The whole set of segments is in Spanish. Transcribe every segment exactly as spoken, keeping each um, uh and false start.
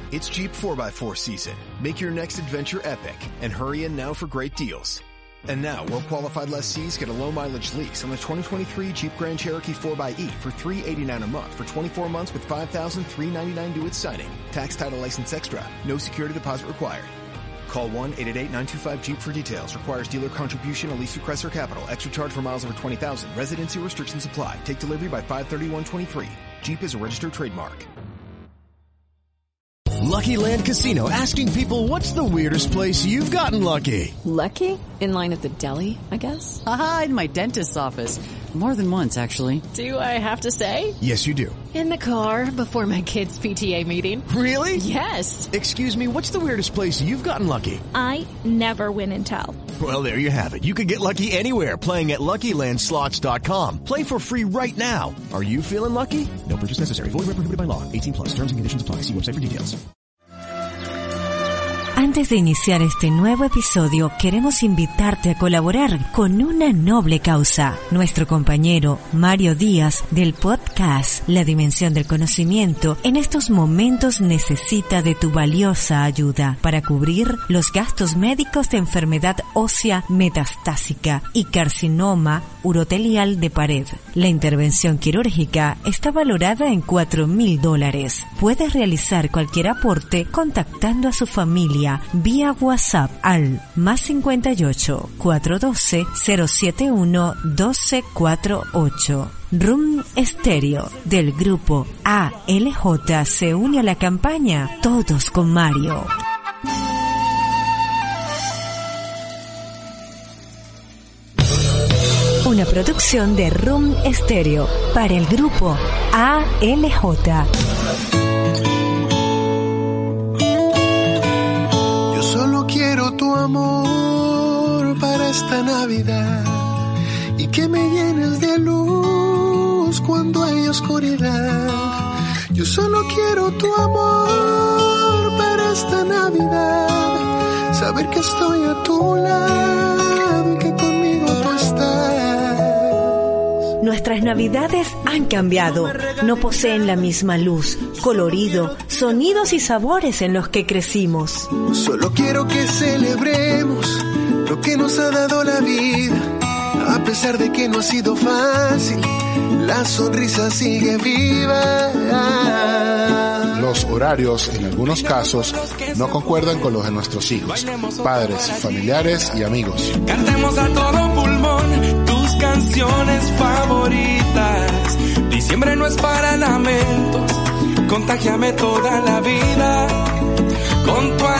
It's Jeep four by four season. Make your next adventure epic and hurry in now for great deals. And now, well-qualified lessees get a low-mileage lease on the twenty twenty-three Jeep Grand Cherokee four by E for three hundred eighty-nine dollars a month for twenty-four months with five thousand three hundred ninety-nine dollars due at signing. Tax, title, license extra. No security deposit required. Call one eight eight eight, nine two five, Jeep for details. Requires dealer contribution, a lease through Chrysler Capital. Extra charge for miles over twenty thousand. Residency restrictions apply. Take delivery by five thirty-one twenty-three. Jeep is a registered trademark. Lucky Land Casino, asking people, what's the weirdest place you've gotten lucky? Lucky? In line at the deli, I guess? Aha, in my dentist's office. More than once, actually. Do I have to say? Yes, you do. In the car before my kids' P T A meeting. Really? Yes. Excuse me, what's the weirdest place you've gotten lucky? I never win and tell. Well, there you have it. You can get lucky anywhere, playing at Lucky Land Slots dot com. Play for free right now. Are you feeling lucky? No purchase necessary. Void where prohibited by law. eighteen plus. Terms and conditions apply. See website for details. Antes de iniciar este nuevo episodio, queremos invitarte a colaborar con una noble causa. Nuestro compañero Mario Díaz del podcast La Dimensión del Conocimiento en estos momentos necesita de tu valiosa ayuda para cubrir los gastos médicos de enfermedad ósea metastásica y carcinoma urotelial de pared. La intervención quirúrgica está valorada en cuatro mil dólares. Puedes realizar cualquier aporte contactando a su familia vía WhatsApp al más cincuenta y ocho, cuatrocientos doce, cero setenta y uno, doce cuarenta y ocho. Room Stereo del grupo A L J se une a la campaña Todos con Mario. Una producción de Room Stereo para el grupo A L J. Quiero tu amor para esta Navidad y que me llenes de luz cuando hay oscuridad. Yo solo quiero tu amor para esta Navidad, saber que estoy a tu lado y que conmigo tú estás. Nuestras navidades han cambiado, no poseen la misma luz, colorido, sonidos y sabores en los que crecimos. Solo quiero que celebremos lo que nos ha dado la vida, a pesar de que no ha sido fácil, la sonrisa sigue viva. Los horarios, en algunos casos, no concuerdan con los de nuestros hijos, padres, familiares y amigos. Cantemos a todo pulmón tus canciones favoritas. Diciembre no es para lamentos, contágiame toda la vida con tu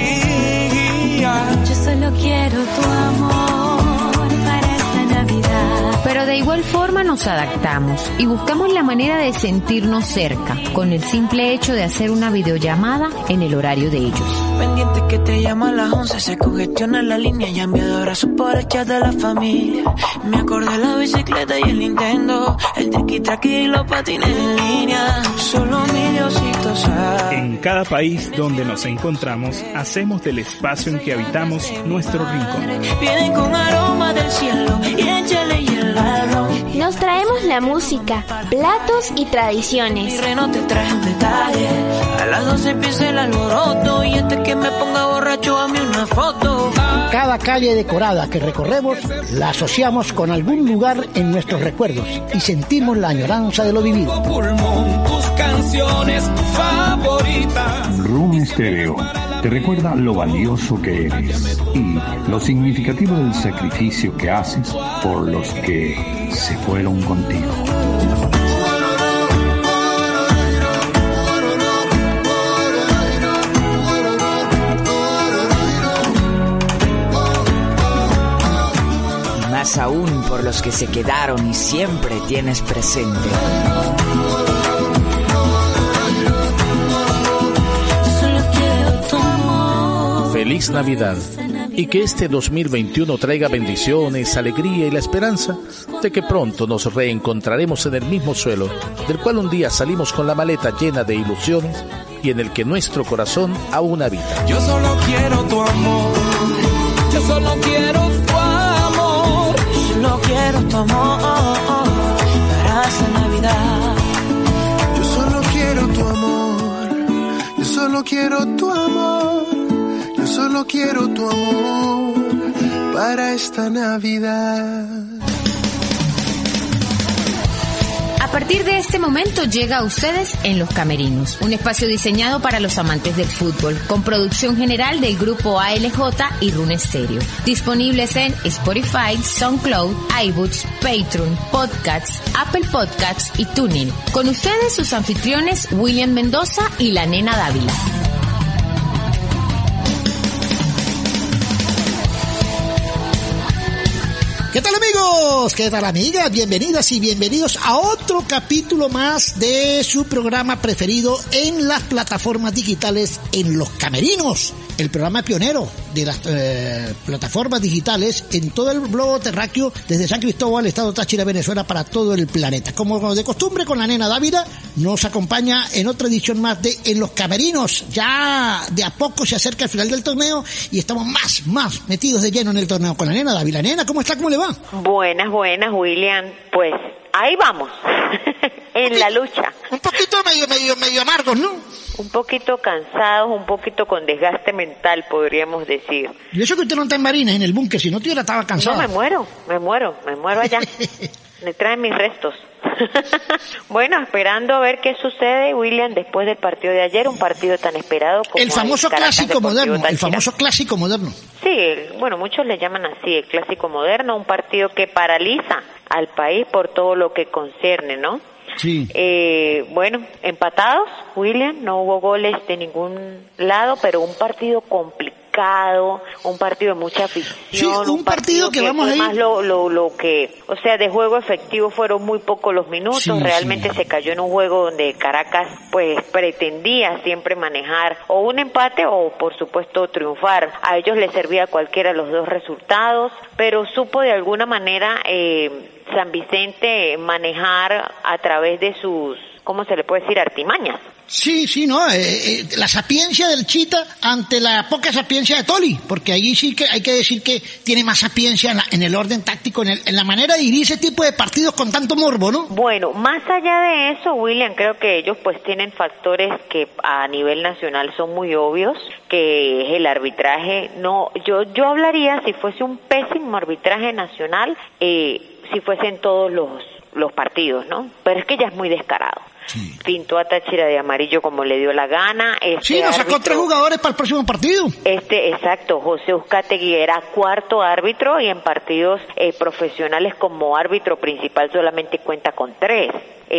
alegría. Yo solo quiero tu amor para esta Navidad. Pero de igual forma nos adaptamos y buscamos la manera de sentirnos cerca, con el simple hecho de hacer una videollamada en el horario de ellos. Pendiente que te llama a las once, se congestiona la línea y envío de abrazos por el chat de la familia. Me acordé de la bicicleta y el Nintendo, el triqui-traqui y los patines en línea. Solo mi Diosito sabe. En cada país donde nos encontramos, hacemos del espacio en que habitamos nuestro rincón. Vienen con aroma del cielo y échale hielo. Nos traemos la música, platos y tradiciones. Mi reno te traje un detalle. A las doce empieza el alboroto y antes que me ponga borracho a mí una foto. Cada calle decorada que recorremos la asociamos con algún lugar en nuestros recuerdos y sentimos la añoranza de lo vivido. Pulmón, tus canciones favoritas. Room Stereo te recuerda lo valioso que eres y lo significativo del sacrificio que haces por los que se fueron contigo. Y más aún por los que se quedaron y siempre tienes presente. Feliz Navidad y que este dos mil veintiuno traiga bendiciones, alegría y la esperanza de que pronto nos reencontraremos en el mismo suelo del cual un día salimos con la maleta llena de ilusiones y en el que nuestro corazón aún habita. Yo solo quiero tu amor, yo solo quiero tu amor, yo solo quiero tu amor para esta Navidad. Yo solo quiero tu amor, yo solo solo quiero tu amor, yo solo quiero tu amor para esta Navidad. A partir de este momento llega a ustedes En los Camerinos, un espacio diseñado para los amantes del fútbol, con producción general del grupo A L J y Rune Stereo. Disponibles en Spotify, SoundCloud, iBooks, Patreon, Podcasts, Apple Podcasts y TuneIn. Con ustedes sus anfitriones William Mendoza y la Nena Dávila. ¿Qué tal, amigos? ¿Qué tal, amigas? Bienvenidas y bienvenidos a otro capítulo más de su programa preferido en las plataformas digitales, En los Camerinos, el programa pionero de las eh, plataformas digitales en todo el globo terráqueo, desde San Cristóbal, Estado Táchira, Venezuela, para todo el planeta. Como de costumbre, con la Nena Dávila, nos acompaña en otra edición más de En los Camerinos. Ya de a poco se acerca el final del torneo y estamos más, más metidos de lleno en el torneo con la Nena Dávila. Nena, ¿cómo está? ¿Cómo le va? Buenas, buenas, William. Pues ahí vamos, en la lucha. Un poquito medio, medio, medio amargos, ¿no? Un poquito cansados, un poquito con desgaste mental, podríamos decir. Y eso que usted no está en Marina, en el búnker, si no estuviera estaba cansado. No, me muero, me muero, me muero allá. Me traen mis restos. Bueno, esperando a ver qué sucede, William, después del partido de ayer, un partido tan esperado como el famoso el clásico moderno, el famoso clásico moderno. Sí, bueno, muchos le llaman así, el clásico moderno, un partido que paraliza al país por todo lo que concierne, ¿no? Sí. Eh, bueno, empatados, William, no hubo goles de ningún lado, pero un partido complicado, un partido de mucha afición, sí, un, un partido, partido que, que vamos fue a ir... más lo, lo, lo que, o sea, de juego efectivo fueron muy pocos los minutos, sí, realmente sí. Se cayó en un juego donde Caracas pues pretendía siempre manejar o un empate o por supuesto triunfar. A ellos les servía cualquiera de los dos resultados, pero supo de alguna manera eh, San Vicente manejar a través de sus, ¿cómo se le puede decir?, artimañas. Sí, sí, no, eh, eh, la sapiencia del Chita ante la poca sapiencia de Toli, porque allí sí que hay que decir que tiene más sapiencia en, la, en el orden táctico, en, el, en la manera de dirigir ese tipo de partidos con tanto morbo, ¿no? Bueno, más allá de eso, William, creo que ellos pues tienen factores que a nivel nacional son muy obvios, que es el arbitraje. No, yo yo hablaría, si fuese un pésimo arbitraje nacional, eh, si fuesen todos los los partidos, ¿no? Pero es que ya es muy descarado. Sí. Pintó a Táchira de amarillo como le dio la gana. Este sí, nos sacó árbitro, tres jugadores para el próximo partido. Este, exacto, José Uzcategui era cuarto árbitro y en partidos eh, profesionales como árbitro principal solamente cuenta con tres.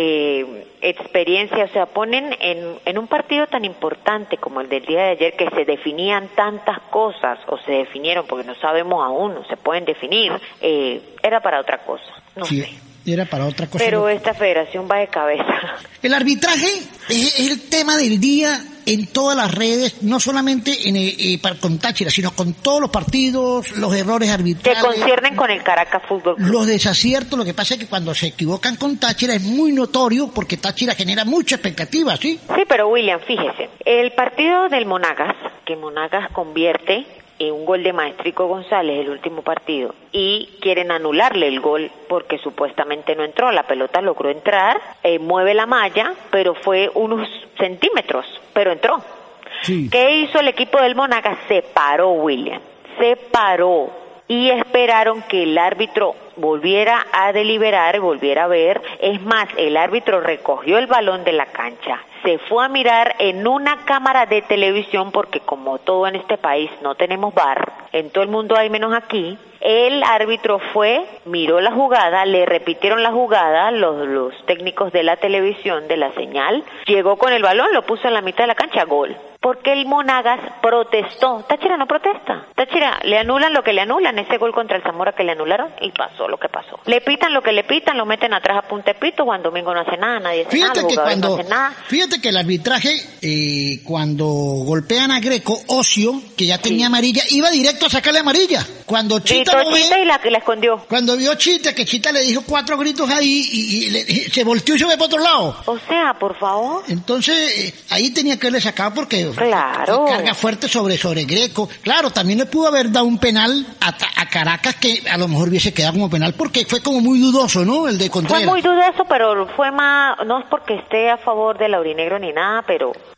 Eh, experiencia, o sea, ponen en, en un partido tan importante como el del día de ayer, que se definían tantas cosas, o se definieron porque no sabemos aún, no se pueden definir, eh, era para otra cosa, no sí. sé. Era para otra cosa. Pero esta federación va de cabeza. El arbitraje es el tema del día en todas las redes, no solamente en el, eh, para, con Táchira, sino con todos los partidos, los errores arbitrales. Que conciernen con el Caracas Fútbol Club. Los desaciertos, lo que pasa es que cuando se equivocan con Táchira es muy notorio porque Táchira genera mucha expectativa, ¿sí? Sí, pero William, fíjese, el partido del Monagas, que Monagas convierte un gol de Maestrico González el último partido y quieren anularle el gol porque supuestamente no entró, la pelota logró entrar, eh, mueve la malla, pero fue unos centímetros, pero entró. Sí. ¿Qué hizo el equipo del Monagas? Se paró, William, se paró y esperaron que el árbitro volviera a deliberar, volviera a ver. Es más, el árbitro recogió el balón de la cancha, se fue a mirar en una cámara de televisión, porque como todo en este país no tenemos V A R, en todo el mundo hay menos aquí. El árbitro fue, miró la jugada, le repitieron la jugada, los, los técnicos de la televisión, de la señal, llegó con el balón, lo puso en la mitad de la cancha, gol. Porque el Monagas protestó. Táchira no protesta. Táchira le anulan lo que le anulan, ese gol contra el Zamora que le anularon, y pasó lo que pasó. Le pitan lo que le pitan, lo meten atrás a punta de pito. Juan Domingo no hace nada, nadie hace fíjate nada, que cuando, no hace nada. Fíjate que el arbitraje, eh, cuando golpean a Greco, Ocio, que ya tenía sí. amarilla, iba directo a sacarle amarilla. Cuando Chita lo ve, Chita y la que la escondió. Cuando vio Chita, que Chita le dijo cuatro gritos ahí y, y, le, y se volteó y se ve para otro lado. O sea, por favor. Entonces, eh, ahí tenía que haberle sacado porque claro. fue carga fuerte sobre, sobre Greco. Claro, también le pudo haber dado un penal a, a Caracas que a lo mejor hubiese quedado como penal porque fue como muy dudoso, ¿no? El de Contreras. Fue muy dudoso, pero fue más, no es porque esté a favor del aurinegro ni nada, pero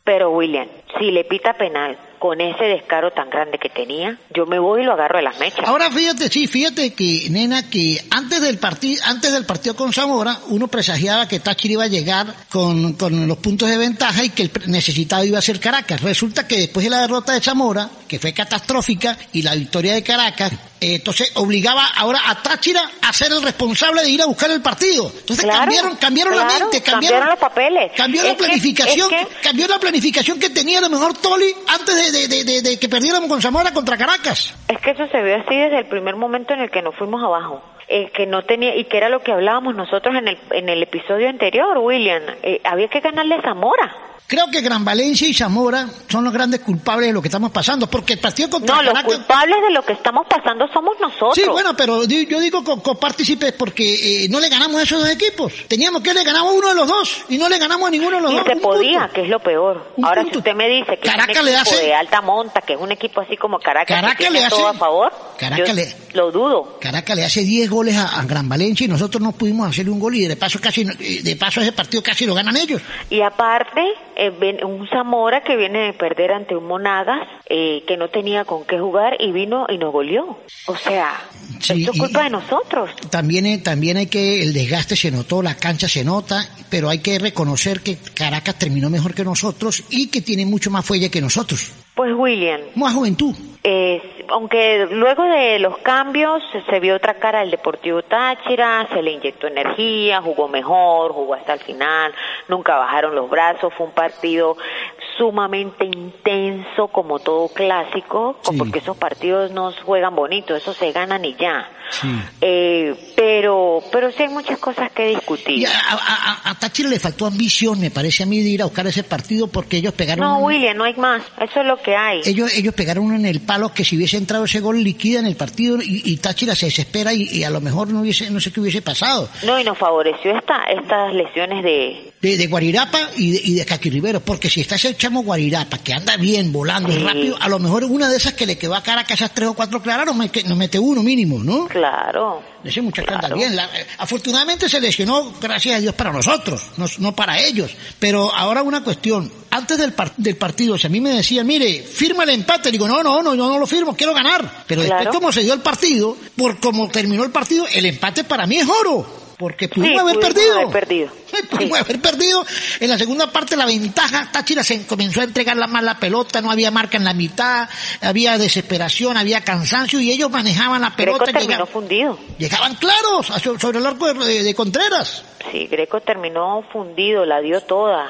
Pero William, si le pita penal con ese descaro tan grande que tenía, yo me voy y lo agarro de las mechas. Ahora fíjate, sí, fíjate que, nena, que antes del partido, antes del partido con Zamora, uno presagiaba que Táchira iba a llegar con, con los puntos de ventaja y que el necesitado iba a ser Caracas. Resulta que después de la derrota de Zamora, que fue catastrófica, y la victoria de Caracas, eh, entonces obligaba ahora a Táchira a ser el responsable de ir a buscar el partido. Entonces claro, cambiaron, cambiaron claro, la mente, cambiaron, cambiaron los papeles. Cambió es la planificación, que, es que... cambió la planificación que tenía a lo mejor Toli antes de, de, de, de, de que perdiéramos con Zamora contra Caracas. Es que eso se vio así desde el primer momento en el que nos fuimos abajo. Eh, que no tenía, y que era lo que hablábamos nosotros en el en el episodio anterior, William, eh, había que ganarle a Zamora. Creo que Gran Valencia y Zamora son los grandes culpables de lo que estamos pasando, porque el partido contra No, Caracas... los culpables de lo que estamos pasando somos nosotros. Sí, bueno, pero yo digo copartícipes porque eh, no le ganamos a esos dos equipos. Teníamos que le ganamos a uno de los dos y no le ganamos a ninguno de los y dos. Y se podía, punto. Que es lo peor. Un Ahora, punto. si usted me dice que Caracas es un le equipo hace... de alta monta, que es un equipo así como Caracas, Caracas que tiene le hace... todo a favor, Caracas yo le... lo dudo. Caracas le hace diez goles a, a Gran Valencia y nosotros no pudimos hacerle un gol y de paso casi de paso ese partido casi lo ganan ellos. Y aparte, eh, ven, un Zamora que viene de perder ante un Monagas, eh, que no tenía con qué jugar y vino y nos goleó. O sea, sí, esto es culpa de nosotros. También, también hay que, el desgaste se notó, la cancha se nota, pero hay que reconocer que Caracas terminó mejor que nosotros y que tiene mucho más fuelle que nosotros. Pues William. Más juventud. Eh, aunque luego de los cambios se vio otra cara del Deportivo Táchira, se le inyectó energía, jugó mejor, jugó hasta el final, nunca bajaron los brazos, fue un partido sumamente intenso como todo clásico, sí. Porque esos partidos no juegan bonito, esos se ganan y ya. Sí. Eh, pero pero sí hay muchas cosas que discutir. Y a, a, a Táchira le faltó ambición, me parece a mí, de ir a buscar ese partido porque ellos pegaron... No, un... William, no hay más, eso es lo que hay. Ellos ellos pegaron uno en el palo que si hubiese entrado ese gol liquida en el partido y, y Táchira se desespera y, y a lo mejor no hubiese no sé qué hubiese pasado. No, y nos favoreció esta estas lesiones de... De, de Guarirapa y de, y de Caqui Rivero, porque si está ese chamo Guarirapa que anda bien, volando sí. rápido, a lo mejor una de esas que le quedó a Caracas esas tres o cuatro claras nos, nos mete uno mínimo, ¿no? Claro. Ese muchacho claro. anda bien. La, afortunadamente se lesionó, gracias a Dios, para nosotros, no, no para ellos. Pero ahora una cuestión, antes del, par, del partido, si a mí me decían, mire, firma el empate, digo, no, no, no, yo no lo firmo, quiero ganar. Pero claro. después como se dio el partido, por como terminó el partido, el empate para mí es oro. Porque pudimos sí, haber pudimos perdido. Haber perdido. Sí, pudimos sí. haber perdido. En la segunda parte la ventaja, Táchira se comenzó a entregar la más la pelota, no había marca en la mitad, había desesperación, había cansancio y ellos manejaban la pelota. Greco terminó llegaban, fundido. Llegaban claros sobre el arco de, de Contreras. Sí, Greco terminó fundido, la dio toda.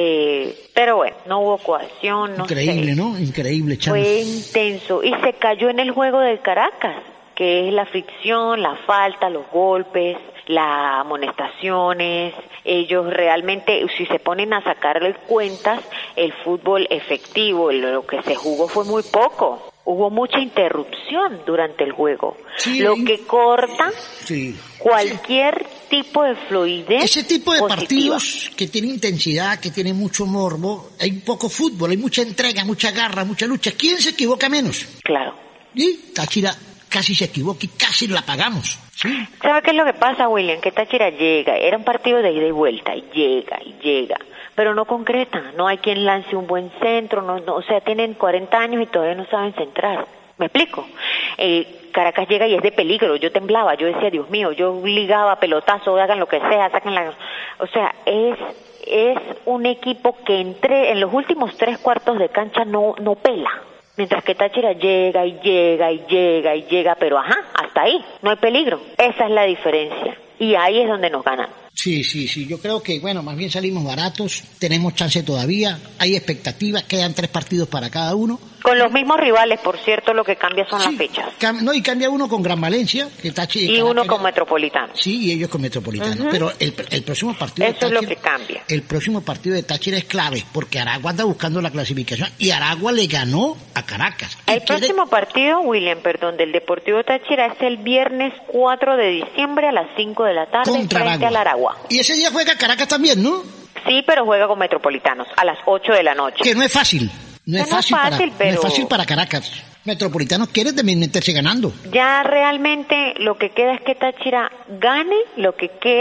Eh, pero bueno, no hubo coacción, no Increíble, sé. ¿no? Increíble, chamo. Fue intenso y se cayó en el juego del Caracas, que es la fricción, la falta, los golpes, las amonestaciones. Ellos realmente, si se ponen a sacarle cuentas, el fútbol efectivo, lo que se jugó fue muy poco. Hubo mucha interrupción durante el juego, sí, lo que corta sí, cualquier sí. tipo de fluidez. Ese tipo de positiva. Partidos que tienen intensidad, que tienen mucho morbo, hay poco fútbol, hay mucha entrega, mucha garra, mucha lucha. ¿Quién se equivoca menos? Claro. Y Táchira casi se equivoca y casi la pagamos. ¿Sí? ¿Sabe qué es lo que pasa, William? Que Táchira llega, era un partido de ida y vuelta, y llega, y llega, pero no concreta, no hay quien lance un buen centro, no, no, o sea, tienen cuarenta años y todavía no saben centrar. ¿Me explico? Eh, Caracas llega y es de peligro, yo temblaba, yo decía, Dios mío, yo ligaba pelotazo, hagan lo que sea, saquen la... O sea, es... es un equipo que entre en los últimos tres cuartos de cancha no, no pela. Mientras que Táchira llega y llega y llega y llega, pero ajá, hasta ahí, no hay peligro. Esa es la diferencia. Y ahí es donde nos ganan. Sí, sí, sí, yo creo que, bueno, más bien salimos baratos, tenemos chance todavía, hay expectativas, quedan tres partidos para cada uno. Con los mismos rivales, por cierto, lo que cambia son sí, las fechas. Cam- no, y cambia uno con Gran Valencia. Que Táchira, y Caracas, uno con Metropolitano. Sí, y ellos con Metropolitano. Uh-huh. Pero el, el próximo partido Eso de Táchira... es lo que cambia. El próximo partido de Táchira es clave, porque Aragua anda buscando la clasificación, y Aragua le ganó a Caracas. El quiere... próximo partido, William, perdón, del Deportivo Táchira es el viernes cuatro de diciembre a las cinco de la tarde contra frente Aragua. al Aragua. Y ese día juega Caracas también, ¿no? Sí, pero juega con Metropolitanos a las ocho de la noche. Que no es fácil. No es, fácil, no, es fácil, para, pero... no es fácil para Caracas. Metropolitanos quiere también meterse ganando. Ya realmente lo que queda es que Táchira gane lo que queda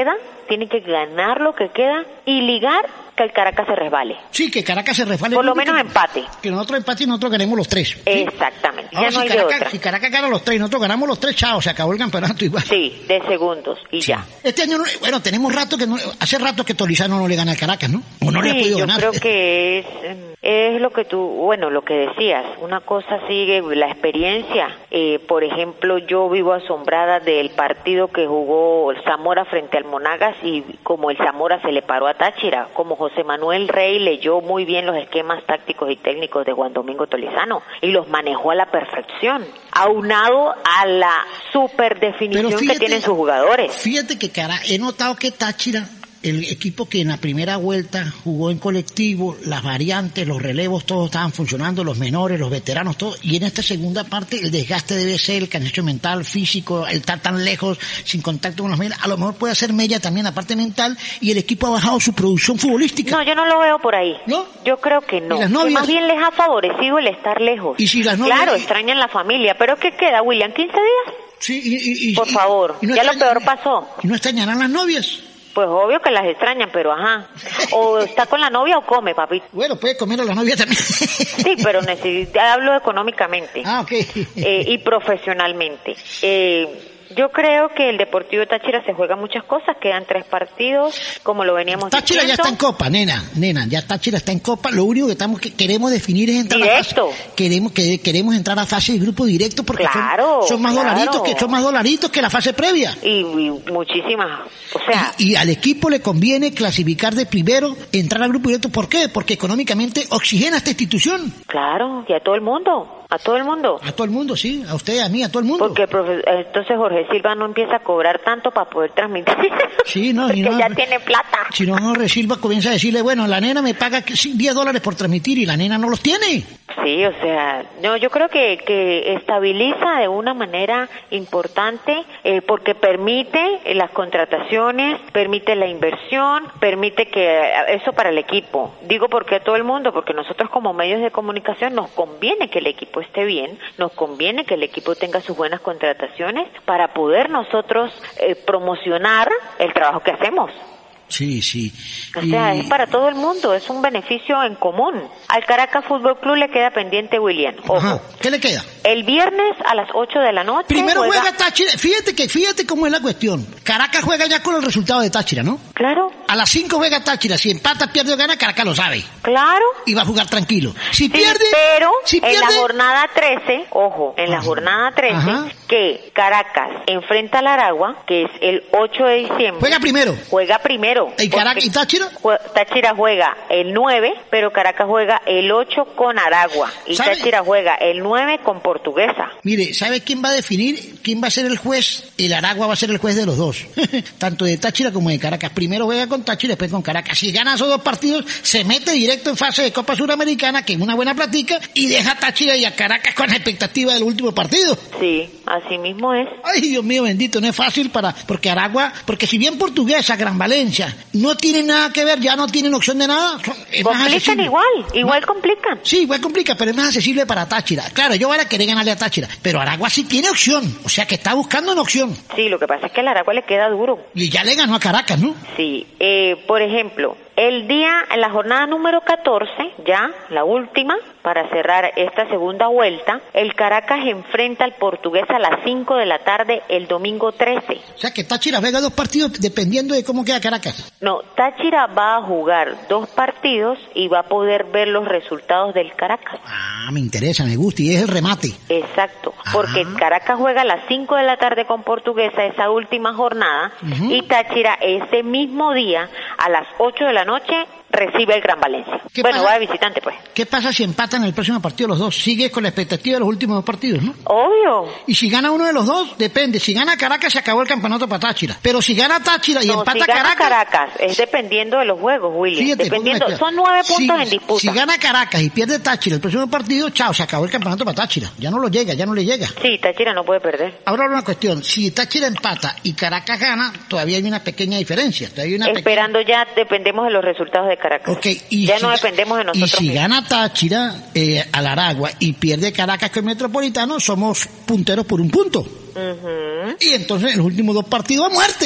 tiene que ganar lo que queda y ligar que el Caracas se resbale. Sí, que Caracas se resbale. Por lo menos que, empate. Que nosotros empate y nosotros ganemos los tres. ¿Sí? Exactamente. Ahora, ya no si, hay Caracas, de otra. si Caracas gana los tres y nosotros ganamos los tres, chao, se acabó el campeonato igual. Sí, de segundos y sí. ya. Este año, no, bueno, tenemos rato que no, hace rato que Tolizano no le gana al Caracas, ¿no? O no sí, le ha podido yo ganar. creo que es, es lo que tú, bueno, lo que decías. Una cosa sigue la experiencia. Eh, por ejemplo, yo vivo asombrada del partido que jugó Zamora frente al Monagas y como el Zamora se le paró a Táchira, como José Manuel Rey leyó muy bien los esquemas tácticos y técnicos de Juan Domingo Tolizano y los manejó a la perfección, aunado a la super definición fíjate, que tienen sus jugadores. Fíjate que cara, he notado que Táchira, el equipo que en la primera vuelta jugó en colectivo, las variantes, los relevos, todos estaban funcionando, los menores, los veteranos, todo, y en esta segunda parte el desgaste debe ser el cansancio mental, físico, el estar tan lejos, sin contacto con los medios, a lo mejor puede hacer mella también la parte mental, y el equipo ha bajado su producción futbolística. No, yo no lo veo por ahí. ¿No? Yo creo que no. ¿Y las novias? Que más bien les ha favorecido el estar lejos. ¿Y si las novias? Claro, extrañan la familia, pero ¿qué queda, William? ¿quince días? Sí, y, y, por y, favor, y no ya extrañan, lo peor pasó. ¿Y no extrañarán las novias? Pues obvio que las extrañan, pero ajá. O está con la novia o come, papito. Bueno, puede comer a la novia también. Sí, pero necesita, hablo económicamente. Ah, ok. Eh, y profesionalmente. Eh, yo creo que el Deportivo Táchira se juega muchas cosas, quedan tres partidos, como lo veníamos Táchira diciendo. ya está en Copa, nena, nena, ya Táchira está en Copa, lo único que estamos que queremos definir es entrar directo. a fase, queremos que queremos entrar a fase de grupo directo porque claro, son, son más claro. dolaritos que son más dolaritos que la fase previa. Y, y muchísimas, o sea, y, y al equipo le conviene clasificar de primero, entrar al grupo directo, ¿por qué? Porque económicamente oxigena esta institución. Claro, y a todo el mundo. A todo el mundo. A todo el mundo, sí. A usted, a mí, a todo el mundo. Porque profe- entonces Jorge Silva no empieza a cobrar tanto para poder transmitir. Sí, no. Porque no, ya tiene plata. Si no, Jorge Silva comienza a decirle, bueno, la nena me paga diez dólares por transmitir y la nena no los tiene. Sí, o sea, no, yo creo que, que estabiliza de una manera importante eh, porque permite eh, las contrataciones, permite la inversión, permite que eso para el equipo. Digo porque a todo el mundo, porque nosotros como medios de comunicación nos conviene que el equipo esté bien, nos conviene que el equipo tenga sus buenas contrataciones para poder nosotros eh, promocionar el trabajo que hacemos. Sí, sí. O sea, y... es para todo el mundo, es un beneficio en común. Al Caracas Fútbol Club le queda pendiente, William. Ojo. Ajá. ¿Qué le queda? El viernes a las ocho de la noche. Primero juega, juega Táchira. Fíjate que fíjate cómo es la cuestión. Caracas juega ya con el resultado de Táchira, ¿no? Claro. A las cinco juega Táchira. Si empata, pierde o gana, Caracas lo sabe. Claro. Y va a jugar tranquilo. Si sí, pierde. Pero si pierde, en la jornada trece, ojo, en Ajá. la jornada trece, Ajá. que Caracas enfrenta al Aragua, que es el ocho de diciembre. Juega primero. Juega primero. ¿Y Caracas y Táchira? Táchira juega el nueve, pero Caracas juega el ocho con Aragua. Y ¿sabe? Táchira juega el nueve con Portuguesa. Mire, ¿sabe quién va a definir? ¿Quién va a ser el juez? El Aragua va a ser el juez de los dos. Tanto de Táchira como de Caracas. Primero juega con Táchira y después con Caracas. Si gana esos dos partidos, se mete directo en fase de Copa Suramericana, que es una buena platica, y deja a Táchira y a Caracas con la expectativa del último partido. Sí, así mismo es. Ay, Dios mío bendito, no es fácil para, porque Aragua, porque si bien Portuguesa, Gran Valencia, no tienen nada que ver, ya no tienen opción de nada. Es complican igual, igual complican. Sí, igual complica, pero es más accesible para Táchira. Claro, yo voy a querer ganarle a Táchira, pero Aragua sí tiene opción, o sea que está buscando una opción. Sí, lo que pasa es que al Aragua le queda duro. Y ya le ganó a Caracas, ¿no? Sí, eh, por ejemplo, el día, en la jornada número catorce, ya, la última, para cerrar esta segunda vuelta, el Caracas enfrenta al Portugués a las cinco de la tarde el domingo trece. O sea que Táchira juega dos partidos dependiendo de cómo queda Caracas. No, Táchira va a jugar dos partidos y va a poder ver los resultados del Caracas. Ah, me interesa, me gusta, y es el remate. Exacto, ah. porque Caracas juega a las cinco de la tarde con Portuguesa esa última jornada, uh-huh. y Táchira ese mismo día a las ocho de la noche recibe el Gran Valencia. Bueno, pasa? va de visitante, pues. ¿Qué pasa si empatan el próximo partido los dos? Sigue con la expectativa de los últimos dos partidos, ¿no? Obvio. Y si gana uno de los dos, depende. Si gana Caracas, se acabó el campeonato para Táchira. Pero si gana Táchira y no, empata si gana Caracas... Caracas, es dependiendo de los juegos, Willy. Fíjate, dependiendo, son nueve puntos si, en disputa. Si gana Caracas y pierde Táchira el próximo partido, chao, se acabó el campeonato para Táchira. Ya no lo llega, ya no le llega. Sí, Táchira no puede perder. Ahora una cuestión, si Táchira empata y Caracas gana, todavía hay una pequeña diferencia. Todavía hay una Esperando pequeña... ya, dependemos de los resultados de Caracas. Ok, y ya si no dependemos de nosotros Y si mismos. gana Táchira eh, al Aragua y pierde Caracas con el Metropolitano, somos punteros por un punto. Uh-huh. Y entonces en los últimos dos partidos a muerte.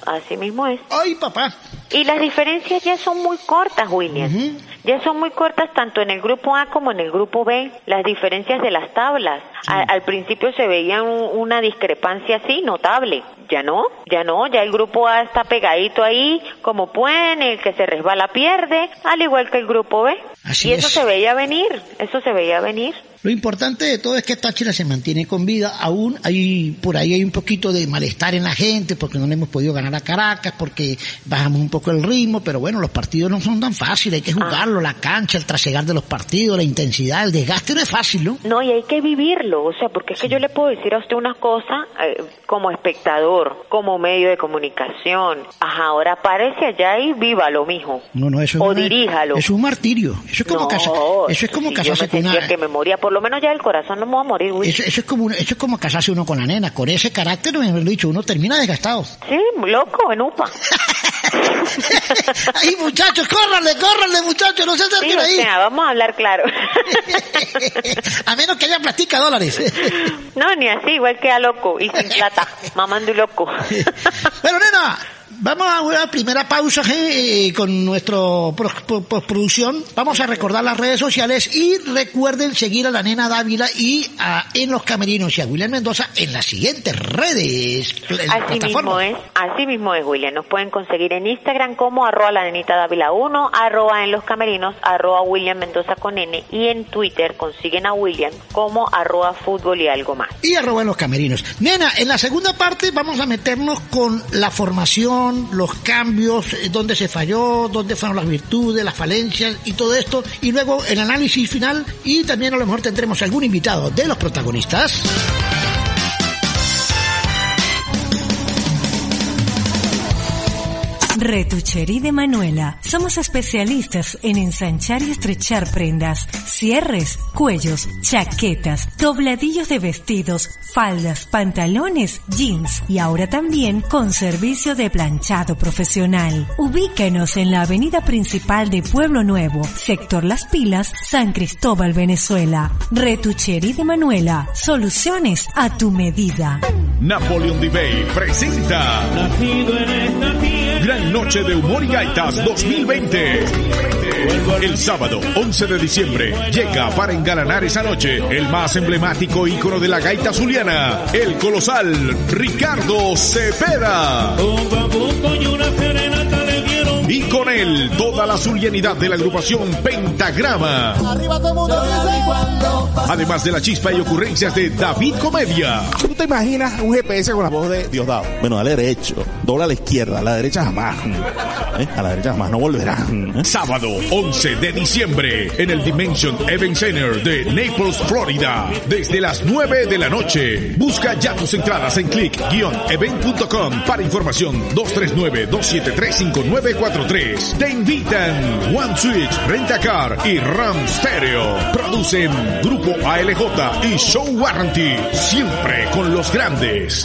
Así mismo es. ¡Ay, papá! Y las diferencias ya son muy cortas, William. Uh-huh. Ya son muy cortas tanto en el grupo A como en el grupo B. Las diferencias de las tablas. Sí. A, al principio se veía un, una discrepancia así notable. Ya no, ya no. Ya el grupo A está pegadito ahí como pueden. El que se resbala pierde, al igual que el grupo B. Así y eso es. se veía venir. Eso se veía venir. Lo importante de todo es que Táchira se mantiene con vida. Aún hay, por ahí hay un poquito de malestar en la gente porque no le hemos podido ganar a Caracas, porque bajamos un poco el ritmo, pero bueno, los partidos no son tan fáciles, hay que jugarlo, ah. la cancha, el trasegar de los partidos, la intensidad, el desgaste no es fácil, ¿no? No, y hay que vivirlo, o sea, porque es que sí. yo le puedo decir a usted una cosa eh, como espectador, como medio de comunicación, ajá, ahora párese allá y vívalo, mijo. No, no, eso es o una, diríjalo. Eso es un martirio, eso es como no, casa, eso es como sí, casarse yo me con una... que me moría, por lo menos ya el corazón no me va a morir, güey. Eso, eso es como eso es como casarse uno con la nena, con ese carácter, me lo he dicho, uno termina desgastado. Sí, loco, en upa. Ahí, muchachos, córranle, córranle, muchachos, no se acerquen sí, ahí. O sea, vamos a hablar claro. A menos que haya plastica dólares. No, ni así, igual queda loco y sin plata, mamando y loco. Pero, nena, vamos a una primera pausa eh, con nuestro postproducción. Vamos a recordar las redes sociales y recuerden seguir a la nena Dávila y a En los Camerinos y a William Mendoza en las siguientes redes. En así mismo es, así mismo es, William. Nos pueden conseguir en Instagram como arroba la nenita Dávila uno, arroba en los camerinos, arroba William Mendoza con N, y en Twitter consiguen a William como arroba fútbol y algo más. Y arroba en los camerinos. Nena, en la segunda parte vamos a meternos con la formación, los cambios, dónde se falló, dónde fueron las virtudes, las falencias y todo esto, y luego el análisis final, y también a lo mejor tendremos algún invitado de los protagonistas. Retuchería de Manuela. Somos especialistas en ensanchar y estrechar prendas, cierres, cuellos, chaquetas, dobladillos de vestidos, faldas, pantalones, jeans y ahora también con servicio de planchado profesional. Ubíquenos en la avenida principal de Pueblo Nuevo, sector Las Pilas, San Cristóbal, Venezuela. Retuchería de Manuela. Soluciones a tu medida. Napoleon D-Bay presenta Nacido en esta tierra. Gran Noche de Humor y Gaitas dos mil veinte. El sábado once de diciembre llega para engalanar esa noche el más emblemático ícono de la gaita zuliana, el colosal Ricardo Cepeda. Y con él, toda la zulianidad de la agrupación Pentagrama. Además de la chispa y ocurrencias de David Comedia. ¿Tú te imaginas un G P S con la voz de Diosdado? Bueno, dale derecho, dobla a la izquierda, a la derecha jamás. ¿Eh? A la derecha jamás, no volverán. ¿Eh? Sábado once de diciembre en el Dimension Event Center de Naples, Florida. Desde las nueve de la noche. Busca ya tus entradas en click guion event punto com. Para información dos tres nueve, dos siete tres, cinco nueve cuatro tres. Te invitan One Switch, Rentacar y Ram Stereo. Producen Grupo A L J y Show Warranty. Siempre con los grandes.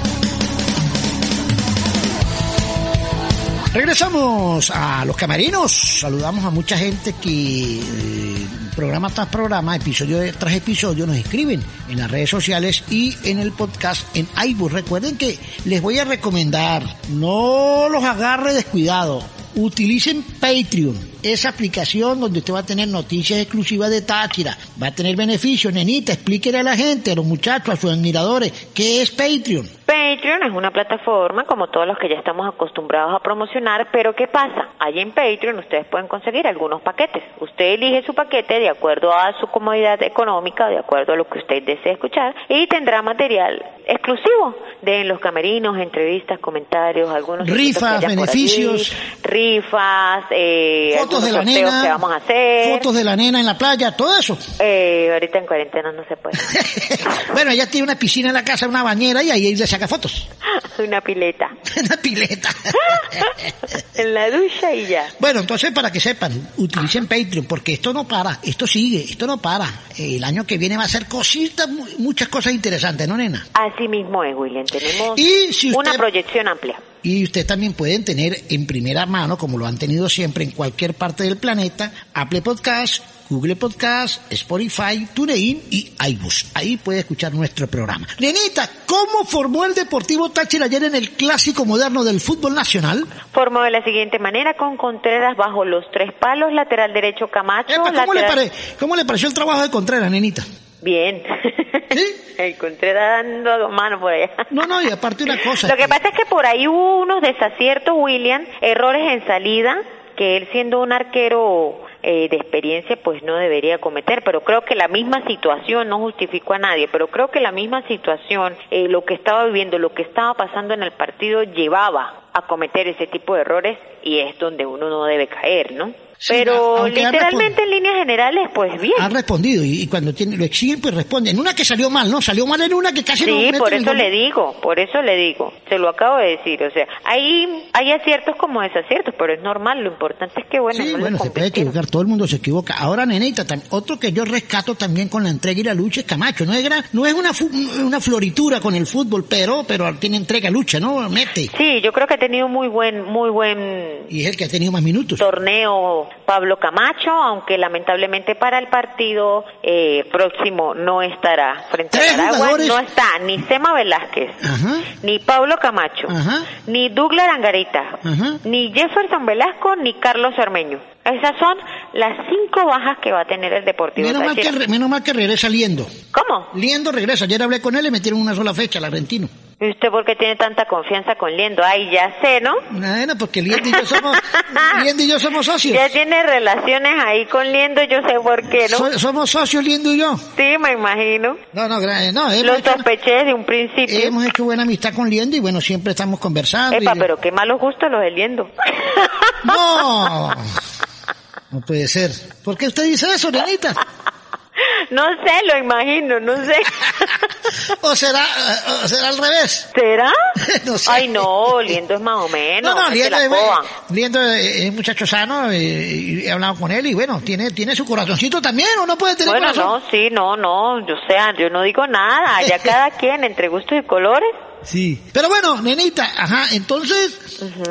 Regresamos a Los Camerinos. Saludamos a mucha gente que eh, programa tras programa, episodio tras episodio, nos escriben en las redes sociales y en el podcast en iBooks. Recuerden que les voy a recomendar, no los agarre descuidado. Utilicen Patreon, esa aplicación donde usted va a tener noticias exclusivas de Táchira, va a tener beneficios. Nenita, explíquele a la gente, a los muchachos, a sus admiradores, ¿qué es Patreon? Patreon es una plataforma como todos los que ya estamos acostumbrados a promocionar, pero ¿qué pasa? Allí en Patreon ustedes pueden conseguir algunos paquetes. Usted elige su paquete de acuerdo a su comodidad económica, de acuerdo a lo que usted desee escuchar, y tendrá material exclusivo de En los Camerinos, entrevistas, comentarios, algunos rifas, beneficios, rifas, eh, fotos de la nena que vamos a hacer, fotos de la nena en la playa, todo eso. Eh, ahorita en cuarentena no se puede. Bueno, ella tiene una piscina en la casa, una bañera, y ahí le saca fotos. Una pileta. Una pileta. En la ducha y ya. Bueno, entonces para que sepan, utilicen Patreon, porque esto no para, esto sigue, esto no para. El año que viene va a ser cositas, muchas cosas interesantes, ¿no, nena? Así mismo es, William. Tenemos y si usted, una proyección amplia. Y ustedes también pueden tener en primera mano, como lo han tenido siempre en cualquier parte del planeta, Apple Podcast, Google Podcast, Spotify, TuneIn y iBooks. Ahí puede escuchar nuestro programa. Renita, ¿cómo formó el Deportivo Táchira ayer en el clásico moderno del fútbol nacional? Formó de la siguiente manera, con Contreras bajo los tres palos, lateral derecho Camacho. Epa, ¿cómo, lateral... le pare... ¿Cómo le pareció el trabajo de Contreras, nenita? Bien. ¿Sí? El Contreras dando dos manos por allá. No, no, y aparte una cosa. Lo que pasa es que por ahí hubo unos desaciertos, William, errores en salida, que él siendo un arquero eh, de experiencia pues no debería cometer, pero creo que la misma situación, no justifico a nadie, pero creo que la misma situación, eh, lo que estaba viviendo, lo que estaba pasando en el partido llevaba a cometer ese tipo de errores y es donde uno no debe caer, ¿no? Sí, pero literalmente en líneas generales, pues bien. Ha respondido y, y cuando tiene, lo exigen, pues responde. En una que salió mal, ¿no? Salió mal en una que casi sí, no... Sí, por eso le digo, por eso le digo. Se lo acabo de decir, o sea, hay, hay aciertos como desaciertos, pero es normal, lo importante es que, bueno... Sí, no bueno, se puede equivocar, todo el mundo se equivoca. Ahora, nenita, otro que yo rescato también con la entrega y la lucha es Camacho. No es gran, no es una, una floritura con el fútbol, pero, pero tiene entrega, lucha, ¿no? Mete. Sí, yo creo que ha tenido muy buen, muy buen... Y es el que ha tenido más minutos. Torneo Pablo Camacho, aunque lamentablemente para el partido eh, próximo no estará frente a Aragua, jugadores? No está ni Sema Velázquez, Ajá. ni Pablo Camacho, Ajá. ni Douglas Angarita, Ajá. ni Jefferson Velasco, ni Carlos Armeño. Esas son las cinco bajas que va a tener el Deportivo menos Táchira. Mal que, menos mal que regresa Liendo. ¿Cómo? Liendo regresa, ayer hablé con él y metieron una sola fecha, el argentino. ¿Y usted por qué tiene tanta confianza con Liendo? Ay, ya sé, ¿no? Bueno, porque Liendo y yo somos, Liendo y yo somos socios. Ya tiene relaciones ahí con Liendo, yo sé por qué, ¿no? So, somos socios Liendo y yo. Sí, me imagino. No, no, no. Lo sospeché de un principio. Hemos hecho buena amistad con Liendo y bueno, siempre estamos conversando. Epa, y... pero qué malos gustos los de Liendo. No. No puede ser. ¿Por qué usted dice eso, nenita? No sé, lo imagino, no sé. ¿O será, o será al revés? ¿Será? No sé. Ay, no, Liendo es más o menos. No, no, no Liendo, es, Liendo es un muchacho sano, y, y he hablado con él y bueno, tiene tiene su corazoncito también, ¿o no puede tener bueno, corazón? Bueno, no, sí, no, no, o sea, yo no digo nada, ya cada quien entre gustos y colores. Sí. Pero bueno, nenita, ajá, entonces, uh-huh.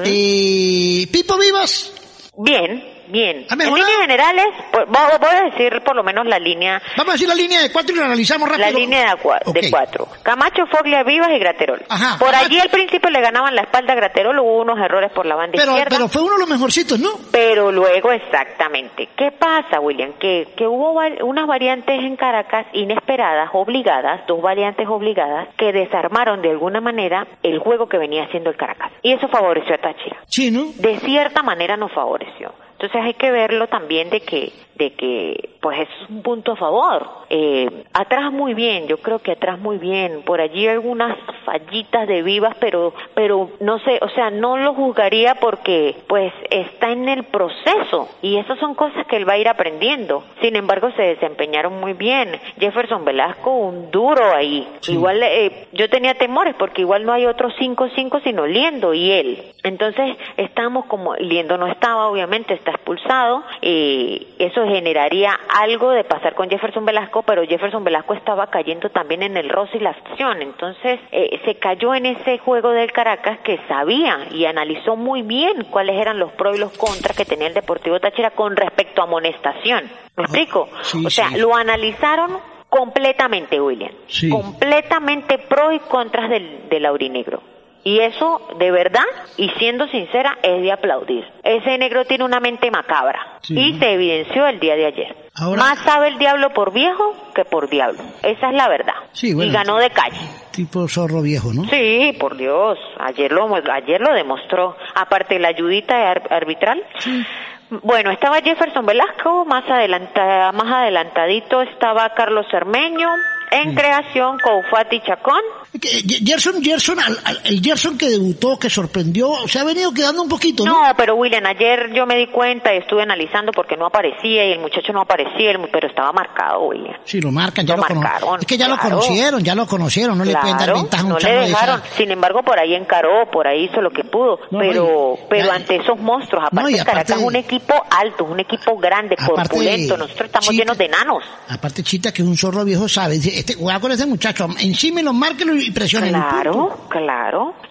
eh, Pipo Vivas. Bien. Bien, en líneas generales, pues, voy a decir por lo menos la línea... Vamos a decir la línea de cuatro y la analizamos rápido. La línea de, cua- okay. de cuatro. Camacho, Foglia, Vivas y Graterol. Ajá. Por allí al principio le ganaban la espalda a Graterol, hubo unos errores por la banda pero, izquierda. Pero fue uno de los mejorcitos, ¿no? Pero luego, exactamente. ¿Qué pasa, William? Que, que hubo va- unas variantes en Caracas inesperadas, obligadas, dos variantes obligadas, que desarmaron de alguna manera el juego que venía haciendo el Caracas. Y eso favoreció a Táchira. Sí, ¿no? De cierta manera nos favoreció. Entonces hay que verlo también de que, de que, pues eso es un punto a favor. Eh, atrás muy bien, yo creo que atrás muy bien. Por allí algunas fallitas de Vivas, pero, pero no sé, o sea, no lo juzgaría porque, pues, está en el proceso y esas son cosas que él va a ir aprendiendo. Sin embargo, se desempeñaron muy bien. Jefferson Velasco, un duro ahí. Sí. Igual, eh, yo tenía temores porque igual no hay otros cinco cinco sino Liendo y él. Entonces, estamos como, Liendo no estaba, obviamente, está expulsado, eh, eso generaría algo de pasar con Jefferson Velasco, pero Jefferson Velasco estaba cayendo también en el roce y la acción, entonces eh, se cayó en ese juego del Caracas que sabía y analizó muy bien cuáles eran los pros y los contras que tenía el Deportivo Táchira con respecto a amonestación. ¿Me explico? Sí, o sea, sí. lo analizaron completamente, William, sí. completamente pros y contras del, del aurinegro. Y eso, de verdad, y siendo sincera, es de aplaudir. Ese negro tiene una mente macabra. Sí. Y se evidenció el día de ayer. Ahora... Más sabe el diablo por viejo que por diablo. Esa es la verdad. Sí, bueno, y ganó de calle. Tipo zorro viejo, ¿no? Sí, por Dios. Ayer lo, ayer lo demostró. Aparte de la ayudita ar- arbitral. Sí. Bueno, estaba Jefferson Velasco, más adelanta, más adelantadito estaba Carlos Cermeño, en sí. creación Coufati Chacón. Gerson, Gerson, el Gerson que debutó, que sorprendió, se ha venido quedando un poquito, ¿no? No, pero William, ayer yo me di cuenta y estuve analizando porque no aparecía y el muchacho no aparecía, pero estaba marcado, William. Sí, lo marcan, ya lo, lo marcaron. Es que ya claro. lo conocieron, ya lo conocieron, no claro, le pueden dar ventaja a un no chavo le dejaron. De esa... Sin embargo, por ahí encaró, por ahí hizo lo que pudo, no, pero y, pero ya, ante esos monstruos, aparte, no, aparte Caracas es un equipo alto, es un equipo grande, corpulento, nosotros estamos Chita, llenos de enanos. Aparte Chita, que es un zorro viejo, sabe, este, juega con ese muchacho, encima lo marca y presiona. Claro, claro.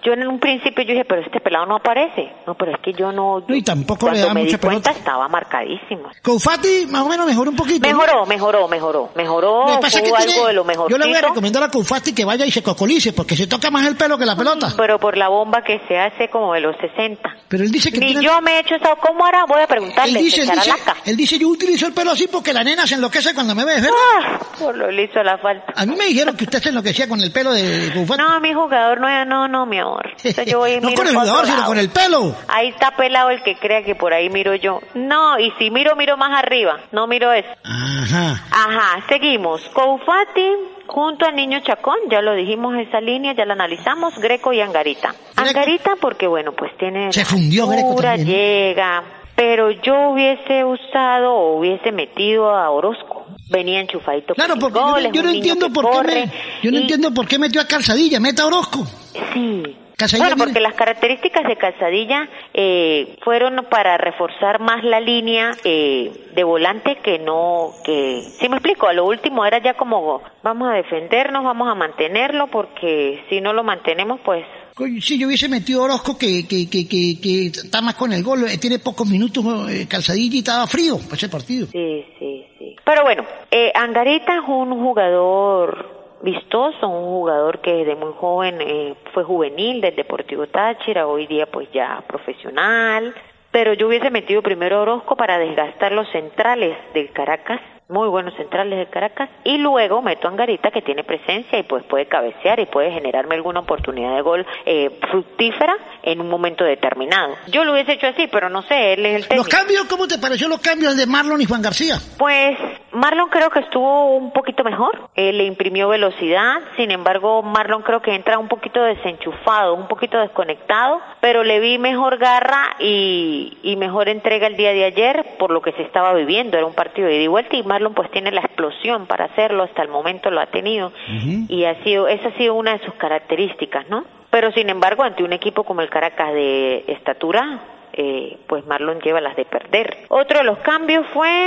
Yo en un principio yo dije, pero este pelado no aparece. No, pero es que yo no... No, y tampoco le cuando da me mucha di cuenta pelota. estaba marcadísimo. Koufati más o menos mejoró un poquito. ¿no? Mejoró, mejoró, mejoró. Mejoró, Lo que pasa es fue que algo tiene- de lo mejorcito. yo le voy a recomendar a Koufati que vaya y se cocolice, porque se toca más el pelo que la pelota. Pero por la bomba que se hace como de los sesenta. Pero él dice que Ni tiene... yo me he hecho eso. ¿Cómo hará? Voy a Él preguntarle. dice, él ¿se echará dice, laca? él dice, yo utilizo el pelo así porque la nena se enloquece cuando me ve, ¿verdad? Ah, por lo liso la falta. A mí me dijeron que usted se enloquecía con el pelo de Koufati. No, mi jugador no, no, no, mi amor. Entonces yo voy y No miro con el para jugador, otro sino lado. con el pelo. Ahí está pelado el que crea que por ahí miro yo. No, y si miro, miro más arriba. No miro eso. Ajá. Ajá, seguimos. Koufati junto al niño Chacón, ya lo dijimos esa línea, ya la analizamos, Greco y Angarita. Angarita porque, bueno, pues tiene... Se fundió Greco altura, también, ¿no? llega, pero yo hubiese usado o hubiese metido a Orozco. Venía enchufadito Claro, con porque yo, goles, yo no un niño entiendo que por qué corre, me, yo no y- entiendo por qué metió a Calzadilla, meta a Orozco. Sí. Calzadilla Bueno, viene- porque las características de Calzadilla eh, fueron para reforzar más la línea eh, de volante que no, que, ¿sí me explico? A lo último era ya como, vamos a defendernos, vamos a mantenerlo, porque si no lo mantenemos, pues... Coño, sí, yo hubiese metido a Orozco que, que, que, que, que está más con el gol, eh, tiene pocos minutos eh, Calzadilla y estaba frío para ese partido. Sí, sí, sí. Pero bueno, eh, Angarita es un jugador vistoso, un jugador que desde muy joven eh, fue juvenil del Deportivo Táchira, hoy día pues ya profesional, pero yo hubiese metido primero a Orozco para desgastar los centrales del Caracas, muy buenos centrales del Caracas, y luego meto a Angarita que tiene presencia y pues puede cabecear y puede generarme alguna oportunidad de gol eh, fructífera en un momento determinado. Yo lo hubiese hecho así, pero no sé, él es el técnico. Los cambios, ¿cómo te pareció los cambios de Marlon y Juan García? Pues Marlon creo que estuvo un poquito mejor, eh, le imprimió velocidad, sin embargo Marlon creo que entra un poquito desenchufado, un poquito desconectado, pero le vi mejor garra y, y mejor entrega el día de ayer por lo que se estaba viviendo, era un partido de ida y vuelta y Marlon pues tiene la explosión para hacerlo, hasta el momento lo ha tenido y ha sido, esa ha sido una de sus características, ¿no? Pero sin embargo ante un equipo como el Caracas de estatura, Eh, pues Marlon lleva las de perder. Otro de los cambios fue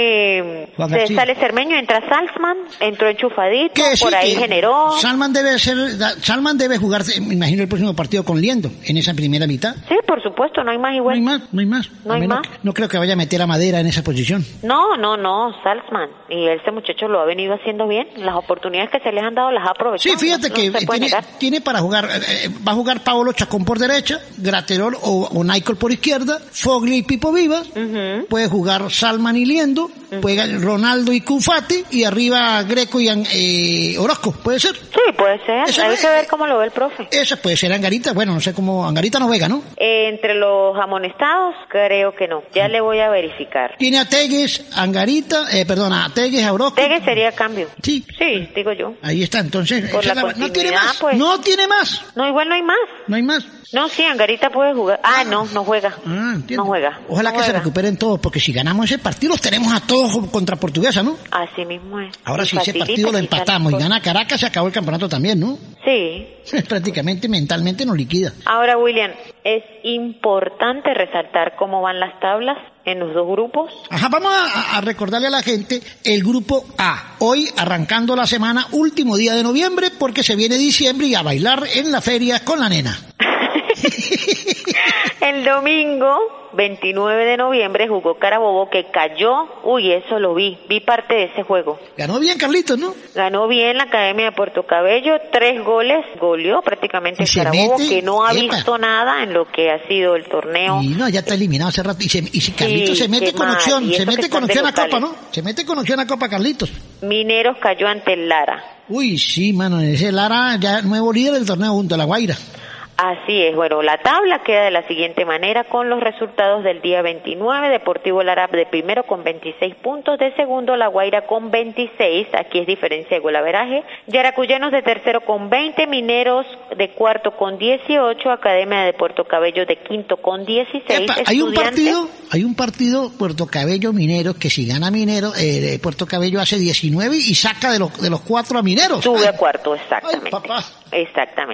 eh, Juan se García. sale Cermeño, entra Salzman, entró enchufadito, Que sí, por ahí que generó. Salman debe ser, Salman debe jugar, me imagino, el próximo partido con Liendo, en esa primera mitad. Sí, por supuesto, no hay más igual. No hay más, no hay más. No A hay menos más. que- No creo que vaya a meter a Madera en esa posición. No, no, no, Salzman. Y ese muchacho lo ha venido haciendo bien. Las oportunidades que se les han dado las ha aprovechado. Sí, fíjate no, que no se puede tiene, negar. tiene para jugar, eh, eh, va a jugar Paolo Chacón por derecha, Graterol o, o Nicol por izquierda, Fogli y Pipo Vivas, puede jugar Salman y Liendo, puede Ronaldo y Koufati, y arriba Greco y An- eh, Orozco, ¿puede ser? Sí, puede ser. Esa Hay no que es- ver cómo lo ve el profe. Esa puede ser Angarita, bueno, no sé cómo, Angarita no juega, ¿no? Eh, entre los amonestados, creo que no. Ya le voy a verificar. Tiene a Tegues, Angarita, eh, perdón, a Tegues, a Orozco. Tegue sería cambio. Sí. Sí, digo yo. Ahí está, entonces, Por esa la es la- no tiene continuidad, más, pues. no tiene más, No, igual no hay más. no hay más. No, sí, Angarita puede jugar. Ah, no, no juega. Ah, entiendo. No juega. Ojalá No que se juega. recuperen todos, porque si ganamos ese partido los tenemos a todos contra Portuguesa, ¿no? Así mismo es. Ahora Y si ese facilita partido lo quizá empatamos y las gana Caracas, se acabó el campeonato también, ¿no? cosas. Sí. Prácticamente mentalmente nos liquida. Ahora, William, es importante resaltar cómo van las tablas en los dos grupos. Ajá, vamos a, a recordarle a la gente el grupo A. Hoy, arrancando la semana, último día de noviembre, porque se viene diciembre y a bailar en la feria con la nena. El domingo, veintinueve de noviembre, jugó Carabobo, que cayó. Uy, eso lo vi. Vi parte de ese juego. Ganó bien, Carlitos, ¿no? Ganó bien la Academia de Puerto Cabello, tres goles, goleó prácticamente Y el se Carabobo, mete- que no ha epa. visto nada en lo que ha sido el torneo. Y no, ya está eliminado hace rato. Y, se, y si Carlitos Sí, se mete qué con mal. opción, Y se eso que mete con están de opción a Copa, locales. ¿no? Se mete con opción a Copa, Carlitos. Mineros cayó ante el Lara. Uy, sí, mano, ese Lara ya nuevo líder del torneo junto a La Guaira. Así es, bueno, la tabla queda de la siguiente manera con los resultados del día veintinueve, Deportivo Lara de primero con veintiséis puntos, de segundo La Guaira con veintiséis, aquí es diferencia de golaveraje, Yaracuyanos de tercero con veinte, Mineros de cuarto con dieciocho, Academia de Puerto Cabello de quinto con dieciséis, Epa, hay un Estudiantes- partido, hay un partido Puerto Cabello Mineros que si gana Minero, eh, Puerto Cabello hace diecinueve y saca de los de los cuatro a Mineros. Sube Ay, a cuarto, exactamente. ay, papá. Exactamente.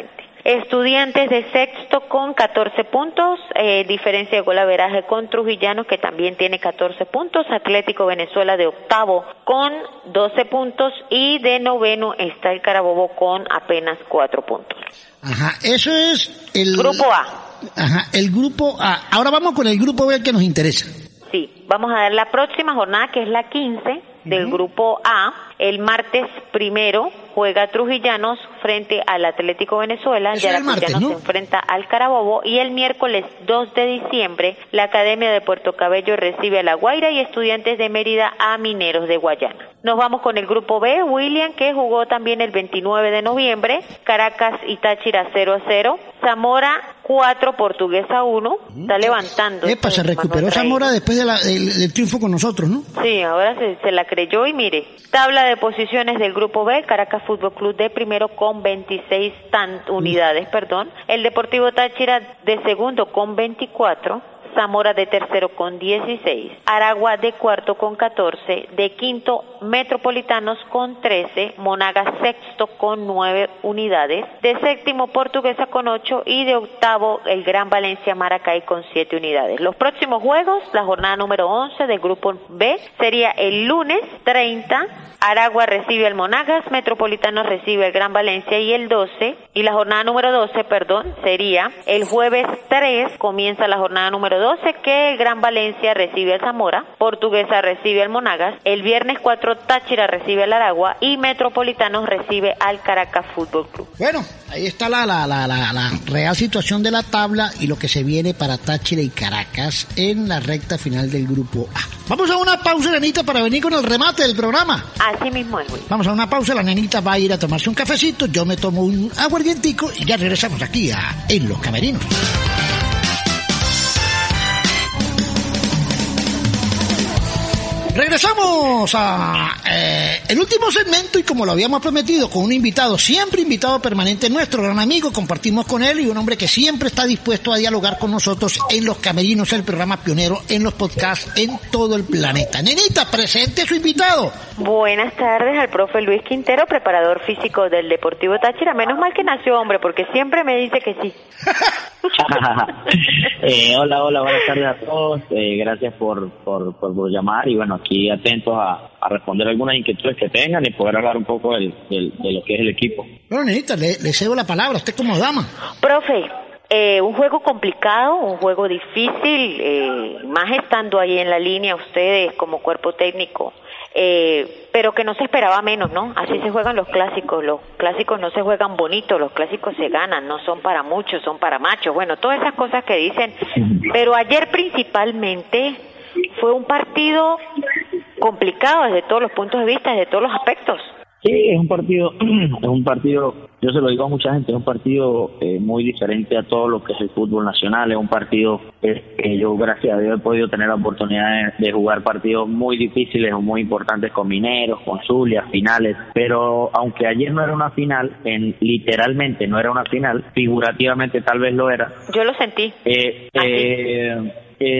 Estudiantes de sexto con catorce puntos, eh, diferencia de golaveraje con Trujillanos, que también tiene catorce puntos. Atlético Venezuela de octavo con doce puntos y de noveno está el Carabobo con apenas cuatro puntos. Ajá, eso es el grupo A. Ajá, el grupo A. Ahora vamos con el grupo B, el que nos interesa. Sí, vamos a ver la próxima jornada, que es la quince del uh-huh. grupo A. El martes primero juega Trujillanos frente al Atlético Venezuela. Yaracuyanos ¿no? se enfrenta al Carabobo. Y el miércoles dos de diciembre, la Academia de Puerto Cabello recibe a La Guaira y Estudiantes de Mérida a Mineros de Guayana. Nos vamos con el grupo B, William, que jugó también el veintinueve de noviembre. Caracas y Táchira cero a cero. Zamora cuatro, Portuguesa uno. Está levantando. Epa, se recuperó Zamora después de la, del, del triunfo con nosotros, ¿no? Sí, ahora se, se la creyó y mire. Tabla de posiciones del grupo B, Caracas Fútbol Club de primero con veintiséis tan, unidades, perdón. El Deportivo Táchira de segundo con veinticuatro. Zamora de tercero con dieciséis, Aragua de cuarto con catorce, de quinto Metropolitanos con trece, Monagas sexto con nueve unidades, de séptimo Portuguesa con ocho y de octavo el Gran Valencia Maracay con siete unidades. Los próximos juegos, la jornada número once del grupo B, sería el lunes treinta, Aragua recibe al Monagas, Metropolitanos recibe al Gran Valencia y el doce, y la jornada número doce, perdón, sería el jueves tres, comienza la jornada número doce, que el Gran Valencia recibe al Zamora, Portuguesa recibe al Monagas, el viernes cuatro Táchira recibe al Aragua y Metropolitanos recibe al Caracas Fútbol Club. Bueno, ahí está la, la, la, la, la real situación de la tabla y lo que se viene para Táchira y Caracas en la recta final del grupo A. Vamos a una pausa, nenita, para venir con el remate del programa. Así mismo es, güey. Vamos a una pausa, la nenita va a ir a tomarse un cafecito, yo me tomo un aguardientico y ya regresamos aquí a En Los Camerinos. Regresamos a eh, el último segmento y como lo habíamos prometido, con un invitado, siempre invitado permanente, nuestro gran amigo, compartimos con él y un hombre que siempre está dispuesto a dialogar con nosotros en Los Camerinos, el programa pionero en los podcasts en todo el planeta. Nenita, presente a su invitado. Buenas tardes al profe Luis Quintero, preparador físico del Deportivo Táchira. Menos mal que nació hombre, porque siempre me dice que sí. eh, hola, hola, buenas tardes a todos. Eh, gracias por, por, por, por llamar y bueno, aquí atentos a, a responder algunas inquietudes que tengan y poder hablar un poco del, del, de lo que es el equipo. Bueno, Nenita, le, le cedo la palabra, usted como dama. Profe, eh, un juego complicado, un juego difícil, eh, más estando ahí en la línea ustedes como cuerpo técnico. Eh, pero que no se esperaba menos, ¿no? Así se juegan los clásicos, los clásicos no se juegan bonitos, los clásicos se ganan, no son para muchos, son para machos, bueno, todas esas cosas que dicen, pero ayer principalmente fue un partido complicado desde todos los puntos de vista, desde todos los aspectos. Sí, es un partido, es un partido, yo se lo digo a mucha gente, es un partido eh, muy diferente a todo lo que es el fútbol nacional, es un partido que eh, yo gracias a Dios he podido tener la oportunidad de, de jugar partidos muy difíciles o muy importantes con Mineros, con Zulia, finales, pero aunque ayer no era una final, en literalmente no era una final, figurativamente tal vez lo era. Yo lo sentí. Eh, eh,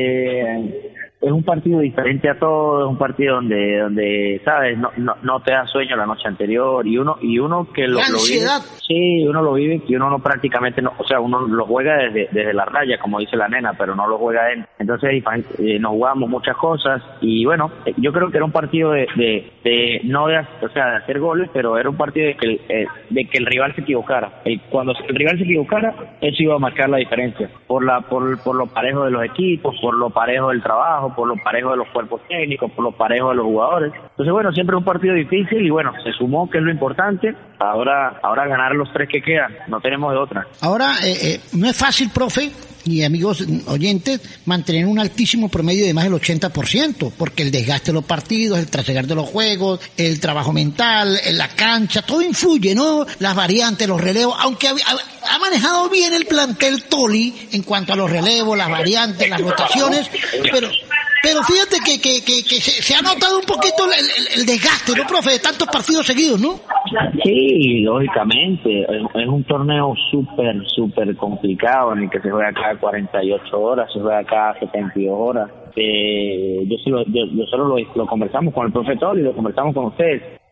eh, Es un partido diferente a todo, es un partido donde, donde sabes, no, no, no te da sueño la noche anterior y uno y uno que lo, lo vive, sí, uno lo vive y uno no prácticamente, no, o sea, uno lo juega desde desde la raya, como dice la nena, pero no lo juega él. Entonces eh, nos jugamos muchas cosas y bueno, yo creo que era un partido de, de, de no de, o sea, de hacer goles, pero era un partido de que, eh, de que el rival se equivocara. El, cuando el rival se equivocara, eso iba a marcar la diferencia por la por por lo parejo de los equipos, por lo parejo del trabajo, por los parejos de los cuerpos técnicos, por los parejos de los jugadores. Entonces, bueno, siempre es un partido difícil y bueno, se sumó, que es lo importante. Ahora ahora ganar los tres que quedan, no tenemos de otra. Ahora, eh, eh, no es fácil, profe, y amigos oyentes, mantener un altísimo promedio de más del ochenta por ciento, porque el desgaste de los partidos, el trasegar de los juegos, el trabajo mental, la cancha, todo influye, ¿no? Las variantes, los relevos, aunque ha, ha, ha manejado bien el plantel Toli en cuanto a los relevos, las variantes, las rotaciones, pero... Pero fíjate que, que, que, que se, se ha notado un poquito el, el, el desgaste, ¿no, profe? De tantos partidos seguidos, ¿no? Sí, lógicamente. Es, es un torneo súper, súper complicado en el que se juega cada cuarenta y ocho horas, se juega cada setenta y dos horas. Eh, yo, solo, yo, yo solo lo, lo conversamos con el profe Tol y lo conversamos con ustedes.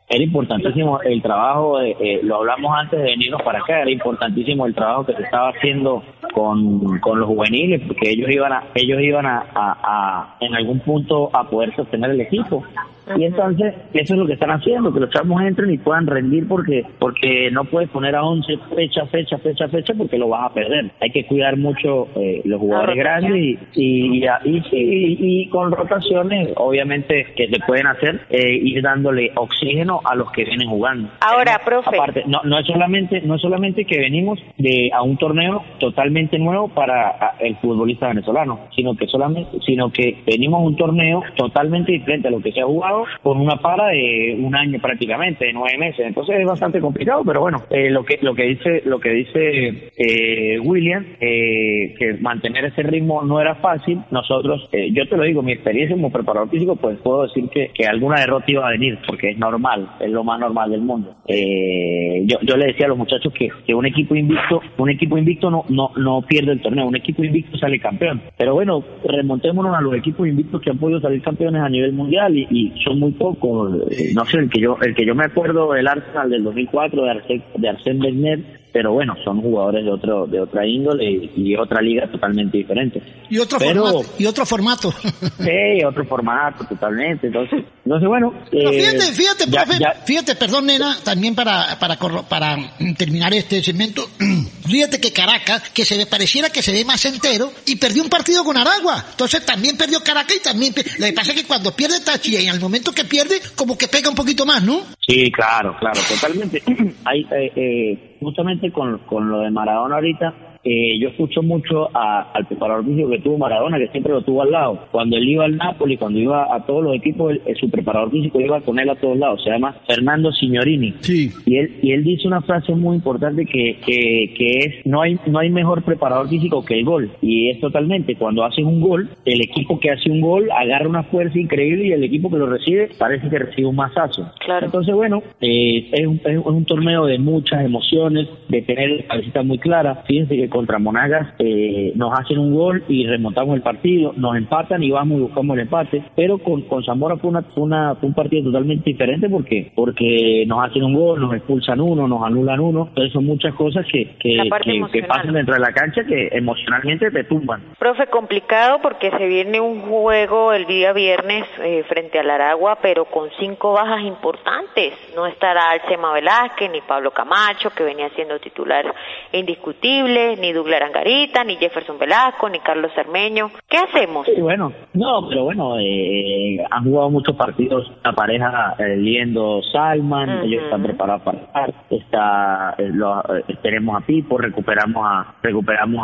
era importantísimo el trabajo, eh, eh, lo hablamos antes de venirnos para acá, era importantísimo el trabajo que se estaba haciendo con, con los juveniles, porque ellos iban a, ellos iban a, a, a en algún punto a poder sostener el equipo. Y entonces, eso es lo que están haciendo, que los chavos entren y puedan rendir, porque porque no puedes poner a once fecha, fecha, fecha, fecha, porque lo vas a perder. Hay que cuidar mucho eh, los jugadores grandes y y, y, y, y, y con rotaciones, obviamente, que se pueden hacer, eh, ir dándole oxígeno a los que vienen jugando. Ahora, profe. Aparte, no, no es solamente no es solamente que venimos de a un torneo totalmente nuevo para a, el futbolista venezolano, sino que solamente sino que venimos a un torneo totalmente diferente a lo que se ha jugado, con una para de un año prácticamente, de nueve meses. Entonces es bastante complicado, pero bueno, eh, lo que lo que dice lo que dice eh, William, eh, que mantener ese ritmo no era fácil. Nosotros, eh, yo te lo digo, mi experiencia como preparador físico, pues puedo decir que, que alguna derrota iba a venir, porque es normal, es lo más normal del mundo. Eh, yo yo le decía a los muchachos que, que un equipo invicto, un equipo invicto no no no pierde el torneo, un equipo invicto sale campeón. Pero bueno, remontémonos a los equipos invictos que han podido salir campeones a nivel mundial y, y son muy pocos. Eh, no sé, el que yo el que yo me acuerdo del Arsenal del dos mil cuatro de Arsène, de Arsène Wenger, pero bueno, son jugadores de otro de otra índole y otra liga totalmente diferente. Y otro pero, formato. Y otro formato. Sí, otro formato totalmente. Entonces, entonces bueno. Pero eh, fíjate, fíjate, ya, profe, ya. fíjate, perdón, nena, también para para para terminar este segmento. Fíjate que Caracas, que se ve, pareciera que se ve más entero, y perdió un partido con Aragua. Entonces también perdió Caracas y también... Lo que pasa es que cuando pierde Táchira y en el momento que pierde, como que pega un poquito más, ¿no? Sí, claro, claro, totalmente. Hay, eh, eh, justamente con, con lo de Maradona ahorita, eh, yo escucho mucho a, al preparador físico que tuvo Maradona, que siempre lo tuvo al lado. Cuando él iba al Napoli, cuando iba a todos los equipos, él, su preparador físico iba con él a todos lados. Se llama Fernando Signorini. Sí. Y él y él dice una frase muy importante que que, que es no hay no hay mejor preparador físico que el gol. Y es totalmente, cuando haces un gol, el equipo que hace un gol agarra una fuerza increíble y el equipo que lo recibe parece que recibe un mazazo. Claro. Entonces, bueno, eh, es, un, es un torneo de muchas emociones, de tener la cabecita muy clara. Fíjense que contra Monagas eh, nos hacen un gol y remontamos el partido, nos empatan y vamos y buscamos el empate, pero con, con Zamora fue, una, una, fue un partido totalmente diferente porque porque nos hacen un gol, nos expulsan uno, nos anulan uno. Entonces son muchas cosas que que, que, que pasan dentro de la cancha que emocionalmente te tumban. Profe, complicado porque se viene un juego el día viernes eh, frente al Aragua, pero con cinco bajas importantes. No estará Alcema Velázquez, ni Pablo Camacho, que venía siendo titular indiscutible, ni Douglas Angarita, ni Jefferson Velasco, ni Carlos Cermeño. ¿Qué hacemos? Sí, bueno, no, pero bueno, eh, han jugado muchos partidos la pareja eh, Liendo Salman, uh-huh. Ellos están preparados para jugar. Está, eh, lo, eh, tenemos a Pipo, recuperamos a recuperamos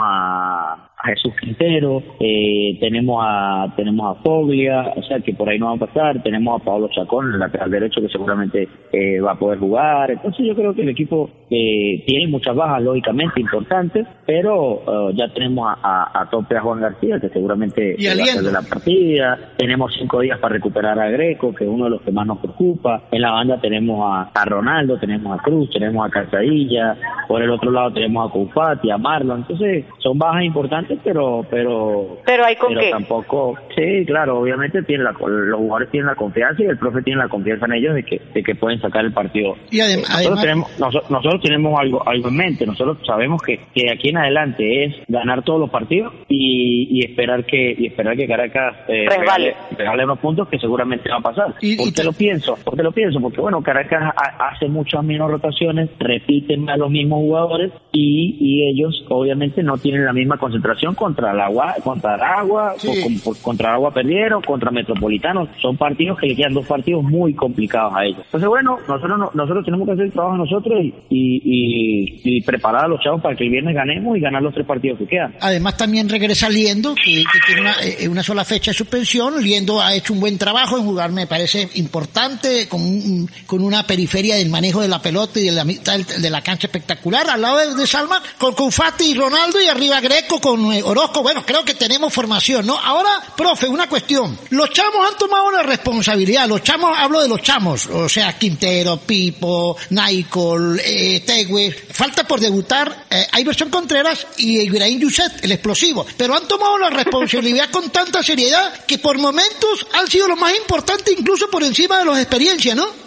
a a Jesús Quintero, eh, tenemos a tenemos a Foglia, o sea que por ahí no va a pasar, tenemos a Pablo Chacón, el lateral derecho, que seguramente eh, va a poder jugar. Entonces yo creo que el equipo eh, tiene muchas bajas, lógicamente importantes, pero uh, ya tenemos a, a, a tope a Juan García, que seguramente va a ser de la partida. Tenemos cinco días para recuperar a Greco, que es uno de los que más nos preocupa. En la banda tenemos a, a Ronaldo, tenemos a Cruz, tenemos a Calzadilla, por el otro lado tenemos a Confati, a Marlon. Entonces son bajas importantes, pero pero pero hay con pero qué tampoco, sí, claro, obviamente tienen la, los jugadores tienen la confianza y el profe tiene la confianza en ellos de que de que pueden sacar el partido. Y adem- nosotros además tenemos nosotros, nosotros tenemos algo algo en mente. Nosotros sabemos que, que de aquí en adelante es ganar todos los partidos y, y esperar que y esperar que Caracas eh, regale, regale unos puntos, que seguramente va a pasar. Y, ¿Por y qué te... lo pienso? ¿Por qué lo pienso? Porque bueno, Caracas ha, hace muchas menos rotaciones, repiten a los mismos jugadores y, y ellos obviamente no tienen la misma concentración contra el agua, contra Aragua, sí. con, con, contra Aragua perdieron, contra Metropolitano. Son partidos que le quedan dos partidos muy complicados a ellos. Entonces bueno, nosotros no, nosotros tenemos que hacer el trabajo nosotros y, y, y, y preparar a los chavos para que el viernes ganemos y ganar los tres partidos que quedan. Además también regresa Liendo, que, que tiene una, eh, una sola fecha de suspensión. Liendo ha hecho un buen trabajo en jugar, me parece importante, con, un, con una periferia del manejo de la pelota y de la mitad de la cancha espectacular, al lado de, de Salma, con Confati y Ronaldo, y arriba Greco con eh, Orozco. Bueno, creo que tenemos formación, ¿no? Ahora, profe, una cuestión. Los chamos han tomado una responsabilidad. Los chamos, hablo de los chamos, o sea, Quintero, Pipo, Naicol, eh, Tegüe. Falta por debutar eh, Iverson Contreras y Ibrahim Yuset, el explosivo. Pero han tomado la responsabilidad con tanta seriedad que por momentos han sido lo más importante, incluso por encima de las experiencias, ¿no?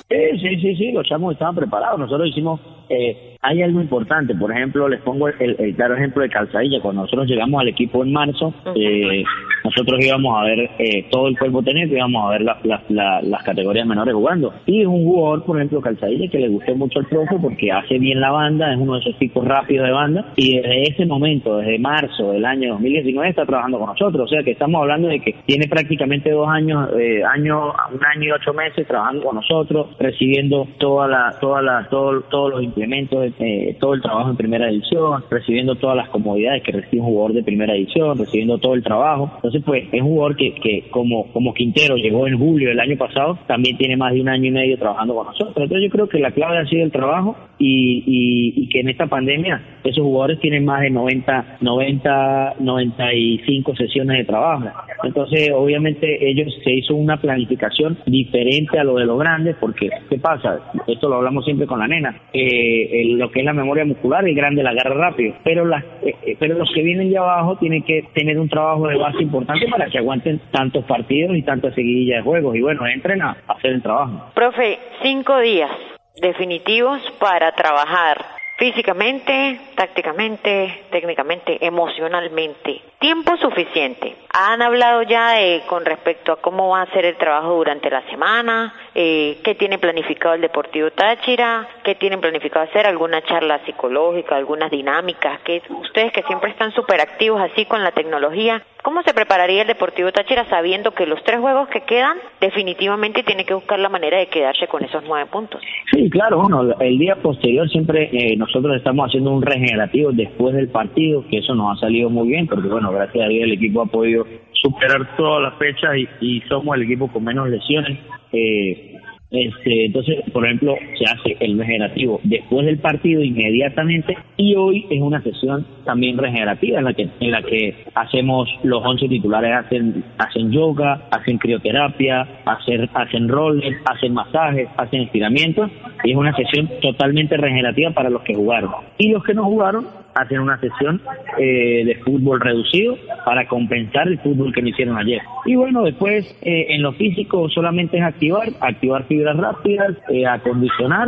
Sí, sí, sí, sí, los chamos estaban preparados. Nosotros hicimos, eh, hay algo importante, por ejemplo, les pongo el, el claro ejemplo de Calzadilla. Cuando nosotros llegamos al equipo en marzo, eh, nosotros íbamos a ver eh, todo el cuerpo técnico, íbamos a ver la, la, la, las categorías menores jugando. Y es un jugador, por ejemplo, Calzadilla, que le gustó mucho al profe porque hace bien la banda, es uno de esos tipos rápidos de banda, y desde ese momento, desde marzo del año dos mil diecinueve, está trabajando con nosotros. O sea que estamos hablando de que tiene prácticamente dos años, eh, año, un año y ocho meses trabajando con nosotros, recibiendo toda la, toda la, todo, todos los implementos, eh, todo el trabajo en primera división, recibiendo todas las comodidades que recibe un jugador de primera división, recibiendo todo el trabajo. Entonces, pues, es un jugador que, que como, como Quintero llegó en julio del año pasado, también tiene más de un año y medio trabajando con nosotros. Entonces, yo creo que la clave ha sido el trabajo y, y, y que en esta pandemia esos jugadores tienen más de noventa, noventa, noventa y cinco sesiones de trabajo. Entonces, obviamente, ellos se hizo una planificación diferente a lo de los grandes, porque, ¿qué pasa? Esto lo hablamos siempre con la nena, eh, el, lo que es la memoria muscular, el grande la agarra rápido, pero las, eh, pero los que vienen de abajo tienen que tener un trabajo de base importante para que aguanten tantos partidos y tantas seguidillas de juegos, y bueno, entren a hacer el trabajo. Profe, cinco días definitivos para trabajar físicamente, tácticamente, técnicamente, emocionalmente. Tiempo suficiente. Han hablado ya de, con respecto a cómo va a ser el trabajo durante la semana, eh, qué tiene planificado el Deportivo Táchira, qué tienen planificado hacer, alguna charla psicológica, algunas dinámicas, que ustedes que siempre están súper activos así con la tecnología, ¿cómo se prepararía el Deportivo Táchira sabiendo que los tres juegos que quedan definitivamente tiene que buscar la manera de quedarse con esos nueve puntos? Sí, claro, bueno, el día posterior siempre eh, nosotros estamos haciendo un regenerativo después del partido, que eso nos ha salido muy bien, porque bueno, gracias a Dios el equipo ha podido superar todas las fechas y, y somos el equipo con menos lesiones. Eh, Este, entonces, por ejemplo, se hace el regenerativo después del partido inmediatamente, y hoy es una sesión también regenerativa en la que en la que hacemos los once titulares hacen hacen yoga, hacen crioterapia, hacen hacen rollers, hacen masajes, hacen estiramientos, y es una sesión totalmente regenerativa para los que jugaron. Y los que no jugaron hacen una sesión eh, de fútbol reducido para compensar el fútbol que no hicieron ayer. Y bueno, después eh, en lo físico solamente es activar, activar fibras rápidas, eh, acondicionar,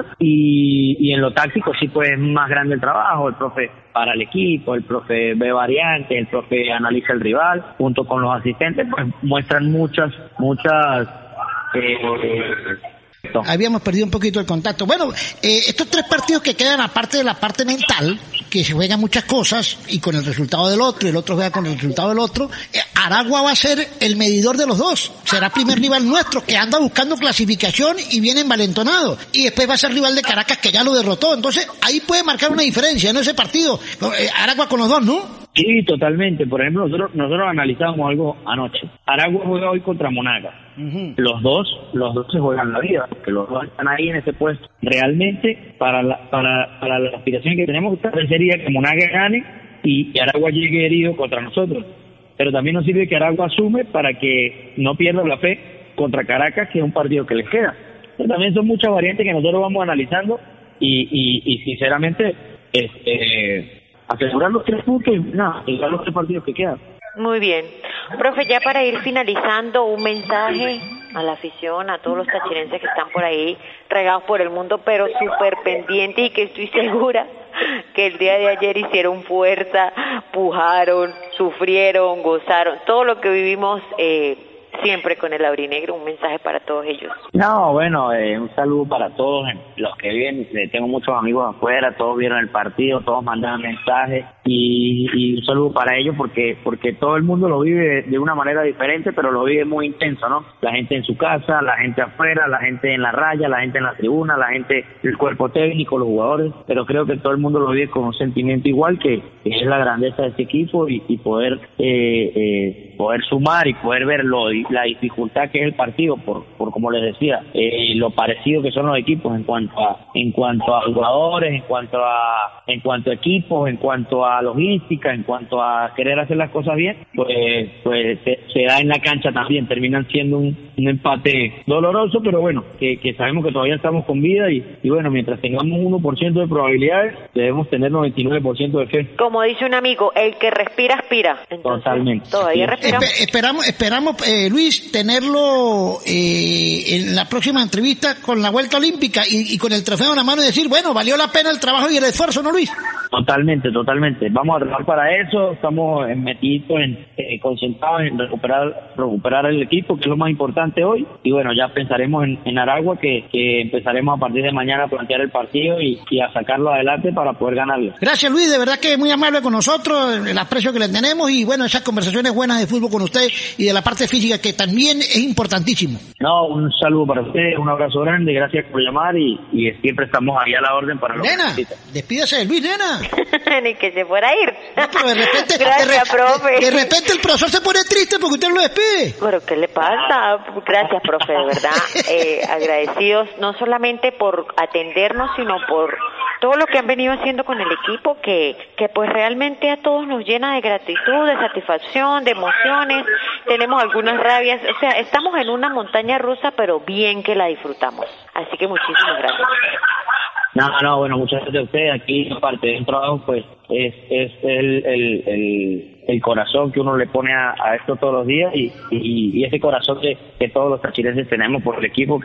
y, y en lo táctico sí pues es más grande el trabajo. El profe para el equipo, el profe ve variantes, el profe analiza el rival, junto con los asistentes pues muestran muchas, muchas... Eh, Habíamos perdido un poquito el contacto. Bueno, eh, estos tres partidos que quedan, aparte de la parte mental, que se juegan muchas cosas y con el resultado del otro, y el otro juega con el resultado del otro, eh, Aragua va a ser el medidor de los dos. Será primer rival nuestro, que anda buscando clasificación y viene envalentonado. Y después va a ser rival de Caracas, que ya lo derrotó. Entonces, ahí puede marcar una diferencia, ¿no? Ese partido. Eh, Aragua con los dos, ¿no? Sí, totalmente. Por ejemplo, nosotros nosotros analizamos algo anoche. Aragua juega hoy contra Monagas. Uh-huh. Los dos, los dos se juegan la vida, porque los dos están ahí en ese puesto. Realmente, para la, para, para la aspiración que tenemos, tal vez sería que Monagas gane y que Aragua llegue herido contra nosotros. Pero también nos sirve que Aragua asume para que no pierda la fe contra Caracas, que es un partido que les queda. Pero también son muchas variantes que nosotros vamos analizando y, y, y sinceramente, este... asegurar los tres puntos y nada, llegar los tres partidos que quedan. Muy bien. Profe, ya para ir finalizando, un mensaje a la afición, a todos los tachirenses que están por ahí regados por el mundo, pero súper pendientes, y que estoy segura que el día de ayer hicieron fuerza, pujaron, sufrieron, gozaron, todo lo que vivimos eh, siempre con el aurinegro. Un mensaje para todos ellos. No, bueno, eh, un saludo para todos los que viven. Eh, tengo muchos amigos afuera, todos vieron el partido, todos mandaban mensajes, y, y un saludo para ellos porque porque todo el mundo lo vive de una manera diferente, pero lo vive muy intenso, ¿no? La gente en su casa, la gente afuera, la gente en la raya, la gente en la tribuna, la gente, el cuerpo técnico, los jugadores, pero creo que todo el mundo lo vive con un sentimiento igual, que, que es la grandeza de este equipo, y, y poder eh, eh, poder sumar y poder verlo, y la dificultad que es el partido, por por como les decía, eh, lo parecido que son los equipos en cuanto a en cuanto a jugadores, en cuanto a en cuanto a equipos, en cuanto a logística, en cuanto a querer hacer las cosas bien, pues pues se, se da en la cancha también. Terminan siendo un un empate doloroso, pero bueno, que, que sabemos que todavía estamos con vida y, y bueno, mientras tengamos uno por ciento de probabilidades, debemos tener noventa y nueve por ciento de fe. Como dice un amigo, el que respira, aspira. Entonces, totalmente. Todavía sí. respiramos. Espe- esperamos, esperamos eh, Luis, tenerlo eh, en la próxima entrevista con la Vuelta Olímpica y, y con el trofeo en la mano y decir, bueno, valió la pena el trabajo y el esfuerzo, ¿no, Luis? Totalmente, totalmente. Vamos a trabajar para eso, estamos metidos, en, eh, concentrados en recuperar recuperar el equipo, que es lo más importante hoy, y bueno, ya pensaremos en, en Aragua, que, que empezaremos a partir de mañana a plantear el partido y, y a sacarlo adelante para poder ganarlo. Gracias, Luis, de verdad que es muy amable con nosotros, el aprecio que le tenemos y bueno, esas conversaciones buenas de fútbol con usted y de la parte física, que también es importantísimo. No, un saludo para usted, un abrazo grande, gracias por llamar y, y siempre estamos ahí a la orden para lo que Nena, necesita. despídase de Luis, nena. Ni que se fuera a ir. No, pero de repente, gracias, de, re, profe. De, de repente el profesor se pone triste porque usted lo despide. Pero ¿qué le pasa? Gracias, profe, de verdad. Eh, agradecidos no solamente por atendernos, sino por todo lo que han venido haciendo con el equipo, que, que pues realmente a todos nos llena de gratitud, de satisfacción, de emociones. Tenemos algunas rabias, o sea, estamos en una montaña rusa, pero bien que la disfrutamos. Así que muchísimas gracias. No, no, bueno, muchas gracias a usted. Aquí, aparte de un trabajo, pues, es, es el, el, el, el corazón que uno le pone a, a esto todos los días y, y, y ese corazón que, que todos los tachirenses tenemos por el equipo,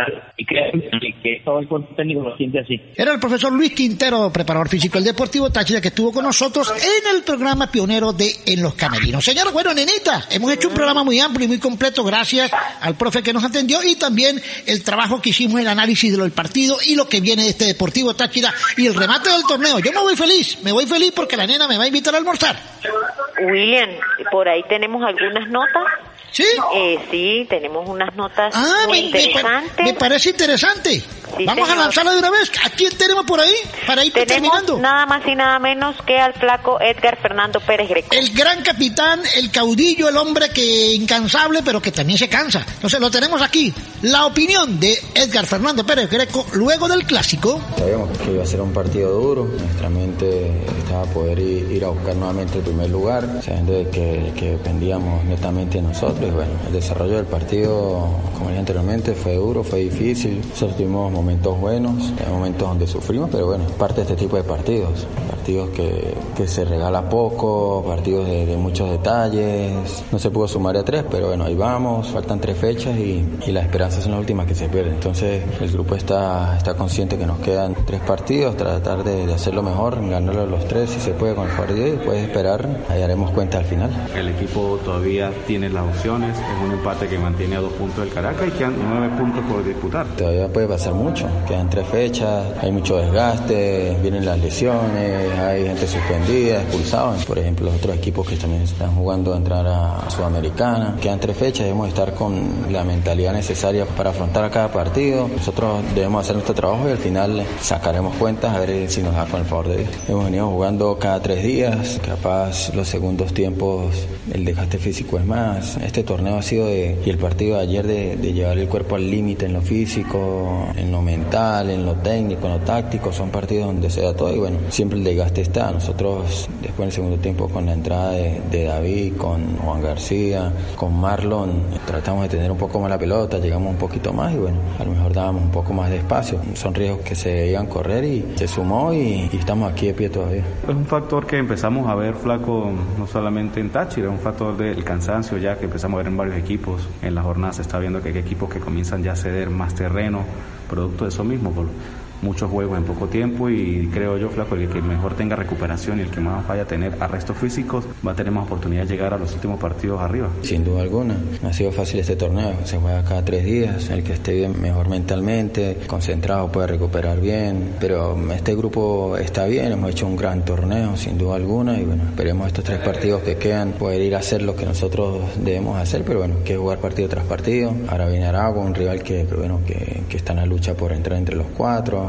y que, que todo el cuerpo técnico lo siente así. Era el profesor Luis Quintero, preparador físico del Deportivo Táchira, que estuvo con nosotros en el programa pionero de En los Camerinos. Señor, bueno, nenita, hemos hecho un programa muy amplio y muy completo gracias al profe que nos atendió y también el trabajo que hicimos, el análisis del partido y lo que viene de este Deportivo Táchira y el remate del torneo. Yo me voy feliz, me voy feliz porque la nena me va a invitar a almorzar. William, por ahí tenemos algunas notas. ¿Sí? Eh, sí, tenemos unas notas ah, muy me, interesantes. Me, me parece interesante. Sí, Vamos señor. a lanzarla de una vez. ¿A quién tenemos por ahí? Para ir tenemos terminando. Nada más y nada menos que al flaco Edgar Fernando Pérez Greco. El gran capitán, el caudillo, el hombre que incansable, pero que también se cansa. Entonces lo tenemos aquí. La opinión de Edgar Fernando Pérez Greco luego del clásico. Sabíamos que iba a ser un partido duro. Nuestra mente estaba a poder ir, ir a buscar nuevamente el primer lugar, sabiendo de que, que dependíamos netamente de nosotros. Y bueno, el desarrollo del partido, como dije anteriormente, fue duro, fue difícil. Nosotros tuvimos momentos buenos, momentos donde sufrimos, pero bueno, es parte de este tipo de partidos. Partidos que, que se regala poco, partidos de, de muchos detalles. No se pudo sumar a tres, pero bueno, ahí vamos. Faltan tres fechas y, y las esperanzas son las últimas que se pierden. Entonces, el grupo está, está consciente que nos quedan tres partidos, tratar de, de hacerlo mejor, ganarlo los tres si se puede con el partido y después esperar, ahí haremos cuenta al final. El equipo todavía tiene las opciones, es un empate que mantiene a dos puntos del Caracas y quedan nueve puntos por disputar. Todavía puede pasar mucho, quedan tres fechas, hay mucho desgaste, vienen las lesiones, hay gente suspendida, expulsados, por ejemplo los otros equipos que también están jugando a entrar a Sudamericana. Quedan tres fechas, debemos estar con la mentalidad necesaria para afrontar a cada partido. Nosotros debemos hacer nuestro trabajo y al final sacaremos cuentas a ver si nos da con el favor de Dios. Hemos venido jugando cada tres días, capaz los segundos tiempos el desgaste físico es más. Este torneo ha sido de, y el partido de ayer de, de llevar el cuerpo al límite en lo físico, en lo mental, en lo técnico, en lo táctico. Son partidos donde se da todo y bueno, siempre el desgaste está. Nosotros después en el segundo tiempo con la entrada de, de David, con Juan García, con Marlon, tratamos de tener un poco más la pelota, llegamos un poquito más y bueno, a lo mejor dábamos un poco más de espacio. Son riesgos que se debían correr y se sumó y, y estamos aquí de pie todavía. Es un factor que empezamos a ver, flaco, no solamente en Táchira, es un factor del cansancio ya que empezamos a ver en varios equipos. En la jornada se está viendo que hay equipos que comienzan ya a ceder más terreno, producto de eso mismo, por muchos juegos en poco tiempo y creo yo, flaco, el que mejor tenga recuperación y el que más vaya a tener arrestos físicos va a tener más oportunidad de llegar a los últimos partidos arriba. Sin duda alguna, no ha sido fácil este torneo, se juega cada tres días, el que esté bien mejor mentalmente, concentrado puede recuperar bien, pero este grupo está bien, hemos hecho un gran torneo sin duda alguna y bueno, esperemos estos tres partidos que quedan poder ir a hacer lo que nosotros debemos hacer, pero bueno, que jugar partido tras partido. Ahora viene Aragua, un rival que, que bueno, que, que está en la lucha por entrar entre los cuatro.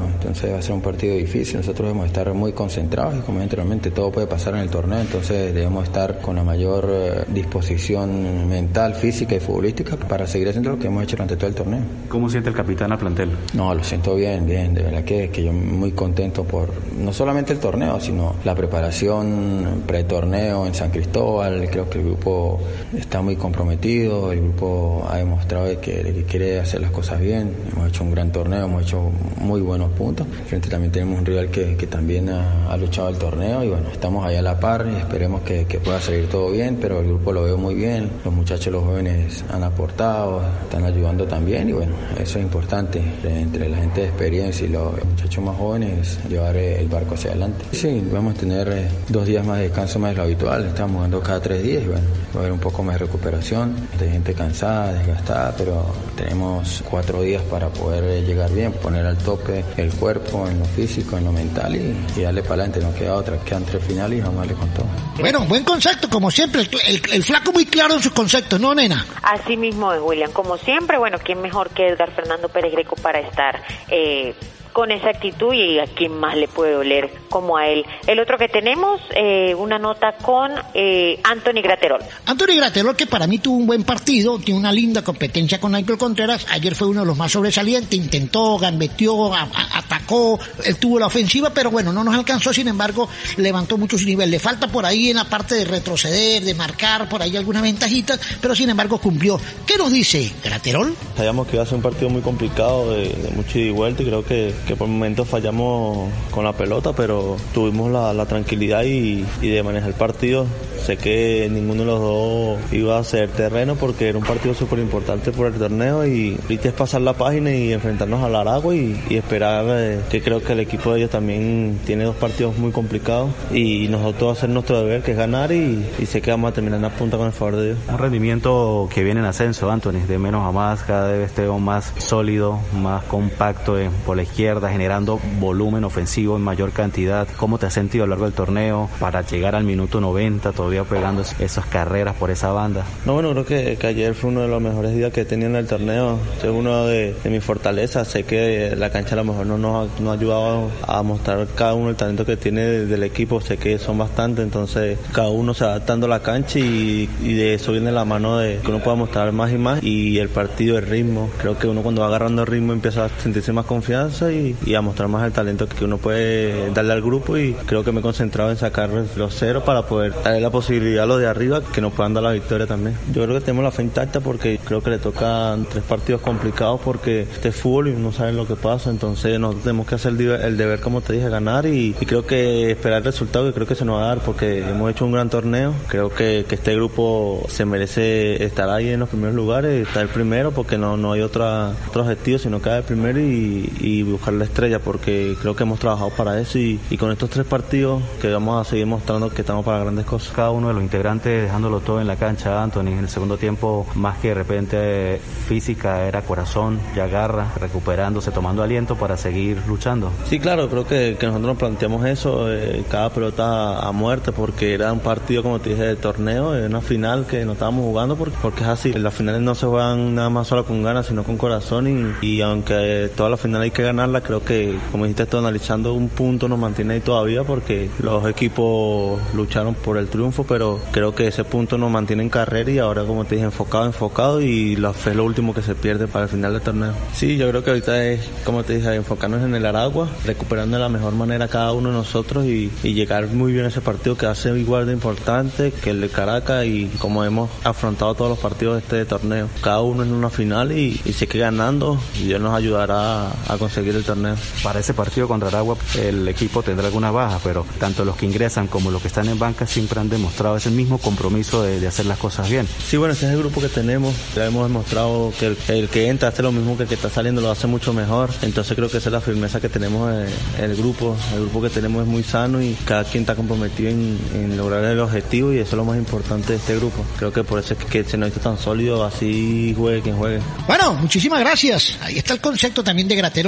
entonces va a ser un partido difícil. Nosotros debemos estar muy concentrados y como anteriormente todo puede pasar en el torneo, entonces debemos estar con la mayor eh, disposición mental, física y futbolística para seguir haciendo lo que hemos hecho durante todo el torneo. ¿Cómo siente el capitán al plantel? No, lo siento bien, bien, de verdad que, que yo muy contento por no solamente el torneo, sino la preparación pre-torneo en San Cristóbal. Creo que el grupo está muy comprometido, el grupo ha demostrado que, que quiere hacer las cosas bien. Hemos hecho un gran torneo, hemos hecho muy buenos puntos. Frente también tenemos un rival que, que también ha, ha luchado el torneo y bueno, estamos ahí a la par y esperemos que, que pueda salir todo bien, pero el grupo lo veo muy bien, los muchachos, los jóvenes han aportado, están ayudando también y bueno, eso es importante, entre la gente de experiencia y los muchachos más jóvenes, llevar el barco hacia adelante. Sí, vamos a tener dos días más de descanso más de lo habitual, estamos jugando cada tres días y bueno, va a haber un poco más de recuperación, hay gente cansada, desgastada, pero tenemos cuatro días para poder llegar bien, poner al tope el cuerpo en lo físico, en lo mental y, y darle para adelante, no queda otra, quedan tres finales y vamos a darle con todo. Bueno, buen concepto, como siempre, el, el, el flaco muy claro en sus conceptos, ¿no, nena? Así mismo es, William, como siempre, bueno, ¿quién mejor que Edgar Fernando Pérez Greco para estar eh, con esa actitud y a quién más le puede doler como a él? El otro que tenemos, eh, una nota con eh, Anthony Graterol. Anthony Graterol, que para mí tuvo un buen partido, tiene una linda competencia con Michael Contreras, ayer fue uno de los más sobresalientes, intentó, gambeteó, a, a, atacó, él tuvo la ofensiva, pero bueno, no nos alcanzó, sin embargo, levantó mucho su nivel. Le falta por ahí en la parte de retroceder, de marcar, por ahí algunas ventajitas, pero sin embargo cumplió. ¿Qué nos dice Graterol? Sabíamos que iba a ser un partido muy complicado, de, de mucho ida y vuelta, y creo que, que por momentos fallamos con la pelota, pero tuvimos la, la tranquilidad y, y de manejar el partido. Sé que ninguno de los dos iba a ser terreno porque era un partido súper importante por el torneo y ahorita es pasar la página y enfrentarnos al Aragua y, y esperar eh, que creo que el equipo de ellos también tiene dos partidos muy complicados y nosotros hacer nuestro deber, que es ganar, y, y sé que vamos a terminar en la punta con el favor de Dios. Un rendimiento que viene en ascenso, Anthony, de menos a más, cada vez te veo más sólido, más compacto eh, por la izquierda, generando volumen ofensivo en mayor cantidad. ¿Cómo te has sentido a lo largo del torneo para llegar al minuto noventa todavía pegando esas carreras por esa banda? No, bueno, creo que, que ayer fue uno de los mejores días que he tenido en el torneo. Es uno de, de mis fortalezas. Sé que la cancha a lo mejor no nos ha, no ha ayudado a mostrar cada uno el talento que tiene del equipo. Sé que son bastantes, entonces cada uno se va adaptando a la cancha y, y de eso viene la mano de que uno pueda mostrar más y más, y el partido, el ritmo. Creo que uno cuando va agarrando el ritmo empieza a sentirse más confianza y, y a mostrar más el talento que uno puede darle al grupo, y creo que me he concentrado en sacar los ceros para poder darle la posibilidad a los de arriba que nos puedan dar la victoria también. Yo creo que tenemos la fe intacta porque creo que le tocan tres partidos complicados porque este es fútbol y no saben lo que pasa, entonces nosotros tenemos que hacer el deber, el deber como te dije, ganar y, y creo que esperar el resultado, que creo que se nos va a dar porque hemos hecho un gran torneo. Creo que, que este grupo se merece estar ahí en los primeros lugares, estar el primero porque no, no hay otra, otro objetivo sino quedar el primero y, y buscar la estrella, porque creo que hemos trabajado para eso y, y con estos tres partidos que vamos a seguir mostrando que estamos para grandes cosas. Cada uno de los integrantes dejándolo todo en la cancha, Anthony, en el segundo tiempo más que de repente física, era corazón, ya garra, recuperándose, tomando aliento para seguir luchando. Sí, claro, creo que, que nosotros nos planteamos eso, eh, cada pelota a muerte, porque era un partido, como te dije, de torneo, era una final que no estábamos jugando porque, porque es así, las finales no se juegan nada más solo con ganas, sino con corazón y, y aunque toda la final hay que ganarla, creo que, como dijiste tú, analizando un punto nos mantiene ahí todavía porque los equipos lucharon por el triunfo, pero creo que ese punto nos mantiene en carrera y ahora, como te dije, enfocado, enfocado y la fe es lo último que se pierde para el final del torneo. Sí, yo creo que ahorita es, como te dije, enfocarnos en el Aragua, recuperando de la mejor manera cada uno de nosotros y, y llegar muy bien a ese partido que hace igual de importante que el de Caracas y como hemos afrontado todos los partidos de este torneo. Cada uno en una final y, y sé que ganando y Dios nos ayudará a, a conseguir el torneo. Para ese partido contra Aragua el equipo tendrá algunas bajas, pero tanto los que ingresan como los que están en banca siempre han demostrado ese mismo compromiso de, de hacer las cosas bien. Sí, bueno, ese es el grupo que tenemos, ya hemos demostrado que el, el que entra hace lo mismo que el que está saliendo, lo hace mucho mejor, entonces creo que esa es la firmeza que tenemos en el grupo, el grupo que tenemos es muy sano y cada quien está comprometido en, en lograr el objetivo y eso es lo más importante de este grupo. Creo que por eso es que se nos hizo tan sólido, así juegue quien juegue. Bueno, muchísimas gracias. Ahí está el concepto también de Graterol. Todo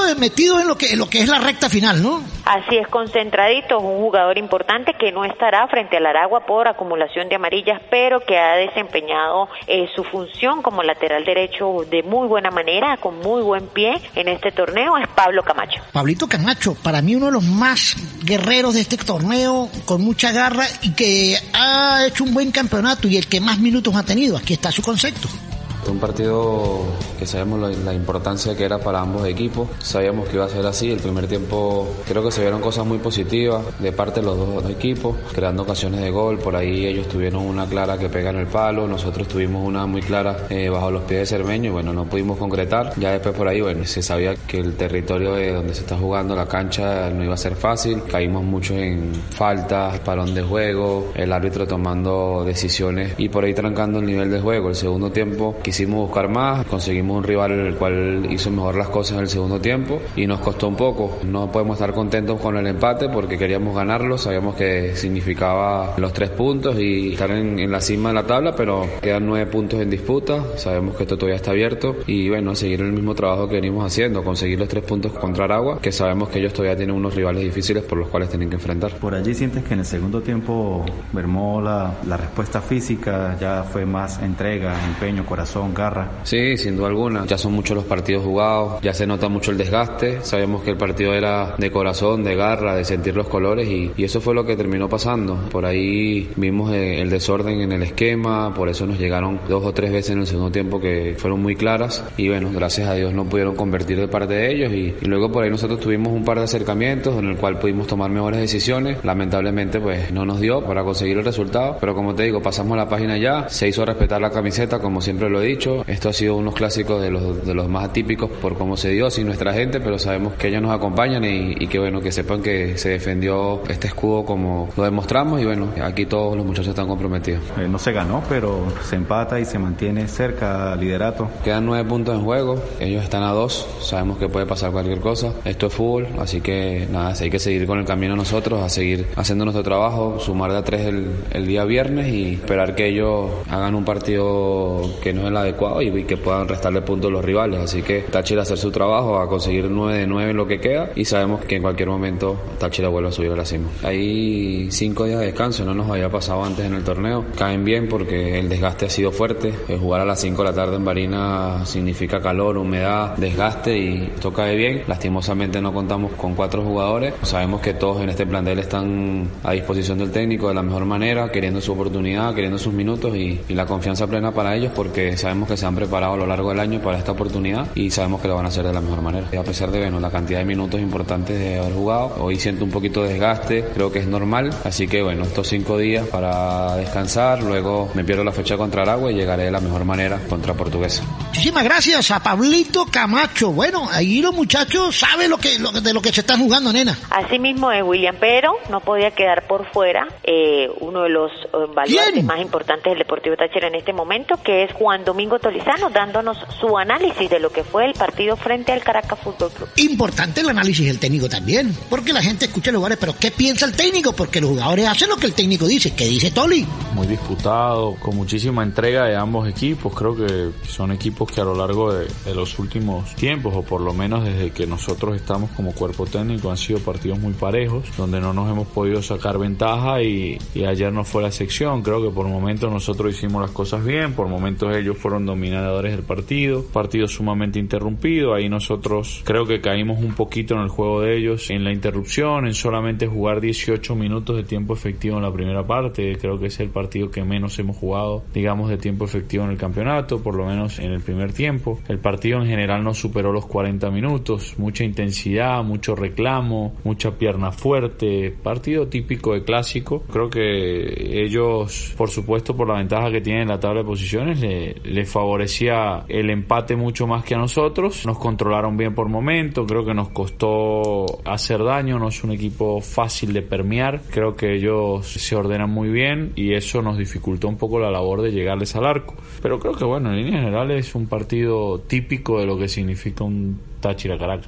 metidos en lo que en lo que es la recta final, ¿no? Así es, concentradito, un jugador importante que no estará frente al Aragua por acumulación de amarillas, pero que ha desempeñado eh, su función como lateral derecho de muy buena manera, con muy buen pie en este torneo, es Pablo Camacho. Pablito Camacho, para mí uno de los más guerreros de este torneo, con mucha garra y que ha hecho un buen campeonato y el que más minutos ha tenido. Aquí está su concepto. Un partido que sabemos la, la importancia que era para ambos equipos, sabíamos que iba a ser así. El primer tiempo creo que se vieron cosas muy positivas de parte de los dos, dos equipos, creando ocasiones de gol. Por ahí ellos tuvieron una clara que pega en el palo, nosotros tuvimos una muy clara eh, bajo los pies de Cermeño y bueno, no pudimos concretar. Ya después por ahí, bueno, se sabía que el territorio de donde se está jugando la cancha no iba a ser fácil, caímos mucho en faltas, parón de juego, el árbitro tomando decisiones y por ahí trancando el nivel de juego. El segundo tiempo quisimos buscar más, conseguimos un rival el cual hizo mejor las cosas en el segundo tiempo y nos costó un poco. No podemos estar contentos con el empate porque queríamos ganarlo, sabíamos que significaba los tres puntos y estar en, en la cima de la tabla, pero quedan nueve puntos en disputa, sabemos que esto todavía está abierto y bueno, seguir el mismo trabajo que venimos haciendo, conseguir los tres puntos contra Aragua, que sabemos que ellos todavía tienen unos rivales difíciles por los cuales tienen que enfrentar. Por allí sientes que en el segundo tiempo mermó la, la respuesta física, ya fue más entrega, empeño, corazón, garra. Sí, sin duda alguna. Ya son muchos los partidos jugados, ya se nota mucho el desgaste. Sabemos que el partido era de corazón, de garra, de sentir los colores y, y eso fue lo que terminó pasando. Por ahí vimos el, el desorden en el esquema, por eso nos llegaron dos o tres veces en el segundo tiempo que fueron muy claras y bueno, gracias a Dios no pudieron convertir de parte de ellos y, y luego por ahí nosotros tuvimos un par de acercamientos en el cual pudimos tomar mejores decisiones. Lamentablemente pues no nos dio para conseguir el resultado, pero como te digo, pasamos la página ya, se hizo respetar la camiseta como siempre lo he dicho. Esto ha sido unos clásicos de los, de los más atípicos por cómo se dio, sin nuestra gente, pero sabemos que ellos nos acompañan y, y que bueno, que sepan que se defendió este escudo como lo demostramos y bueno, aquí todos los muchachos están comprometidos. Eh, no se ganó, pero se empata y se mantiene cerca al liderato. Quedan nueve puntos en juego, ellos están a dos, sabemos que puede pasar cualquier cosa, esto es fútbol, así que nada, hay que seguir con el camino nosotros, a seguir haciendo nuestro trabajo, sumar de a tres el, el día viernes y esperar que ellos hagan un partido que no es el adecuado y que puedan restarle puntos a los rivales, así que Táchira a hacer su trabajo, a conseguir nueve de nueve en lo que queda y sabemos que en cualquier momento Táchira vuelve a subir a la cima. Hay cinco días de descanso, no nos había pasado antes en el torneo, caen bien porque el desgaste ha sido fuerte, el jugar a las cinco de la tarde en Barinas significa calor, humedad, desgaste y esto cae bien. Lastimosamente no contamos con cuatro jugadores, sabemos que todos en este plantel están a disposición del técnico de la mejor manera, queriendo su oportunidad, queriendo sus minutos y, y la confianza plena para ellos porque sabemos que se han preparado a lo largo del año para esta oportunidad y sabemos que lo van a hacer de la mejor manera. Y a pesar de bueno, la cantidad de minutos importantes de haber jugado, hoy siento un poquito de desgaste, creo que es normal, así que bueno, estos cinco días para descansar, luego me pierdo la fecha contra Aragua y llegaré de la mejor manera contra Portuguesa. Muchísimas gracias a Pablito Camacho. Bueno, ahí los muchachos saben lo que, lo, de lo que se están jugando, nena. Así mismo es, William, pero no podía quedar por fuera eh, uno de los eh, baluartes más importantes del Deportivo Táchira en este momento, que es Juan Domingo Tolizano, dándonos su análisis de lo que fue el partido frente al Caracas Fútbol Club. Importante el análisis del técnico también, porque la gente escucha los jugadores, pero ¿qué piensa el técnico? Porque los jugadores hacen lo que el técnico dice. ¿Qué dice Toli? Muy disputado, con muchísima entrega de ambos equipos. Creo que son equipos que a lo largo de, de los últimos tiempos, o por lo menos desde que nosotros estamos como cuerpo técnico, han sido partidos muy parejos, donde no nos hemos podido sacar ventaja y, y ayer no fue la excepción. Creo que por momentos nosotros hicimos las cosas bien, por momentos ellos fueron dominadores del partido, partido sumamente interrumpido. Ahí nosotros creo que caímos un poquito en el juego de ellos, en la interrupción, en solamente jugar dieciocho minutos de tiempo efectivo en la primera parte. Creo que es el partido que menos hemos jugado, digamos, de tiempo efectivo en el campeonato, por lo menos en el primer tiempo. El partido en general no superó los cuarenta minutos, mucha intensidad, mucho reclamo, mucha pierna fuerte, partido típico de clásico. Creo que ellos, por supuesto, por la ventaja que tienen en la tabla de posiciones, le, le favorecía el empate mucho más que a nosotros. Nos controlaron bien por momento, creo que nos costó hacer daño, no es un equipo fácil de permear, creo que ellos se ordenan muy bien y eso nos dificultó un poco la labor de llegarles al arco, pero creo que bueno, en líneas generales es un partido típico de lo que significa un Táchira Caracas, ¿no?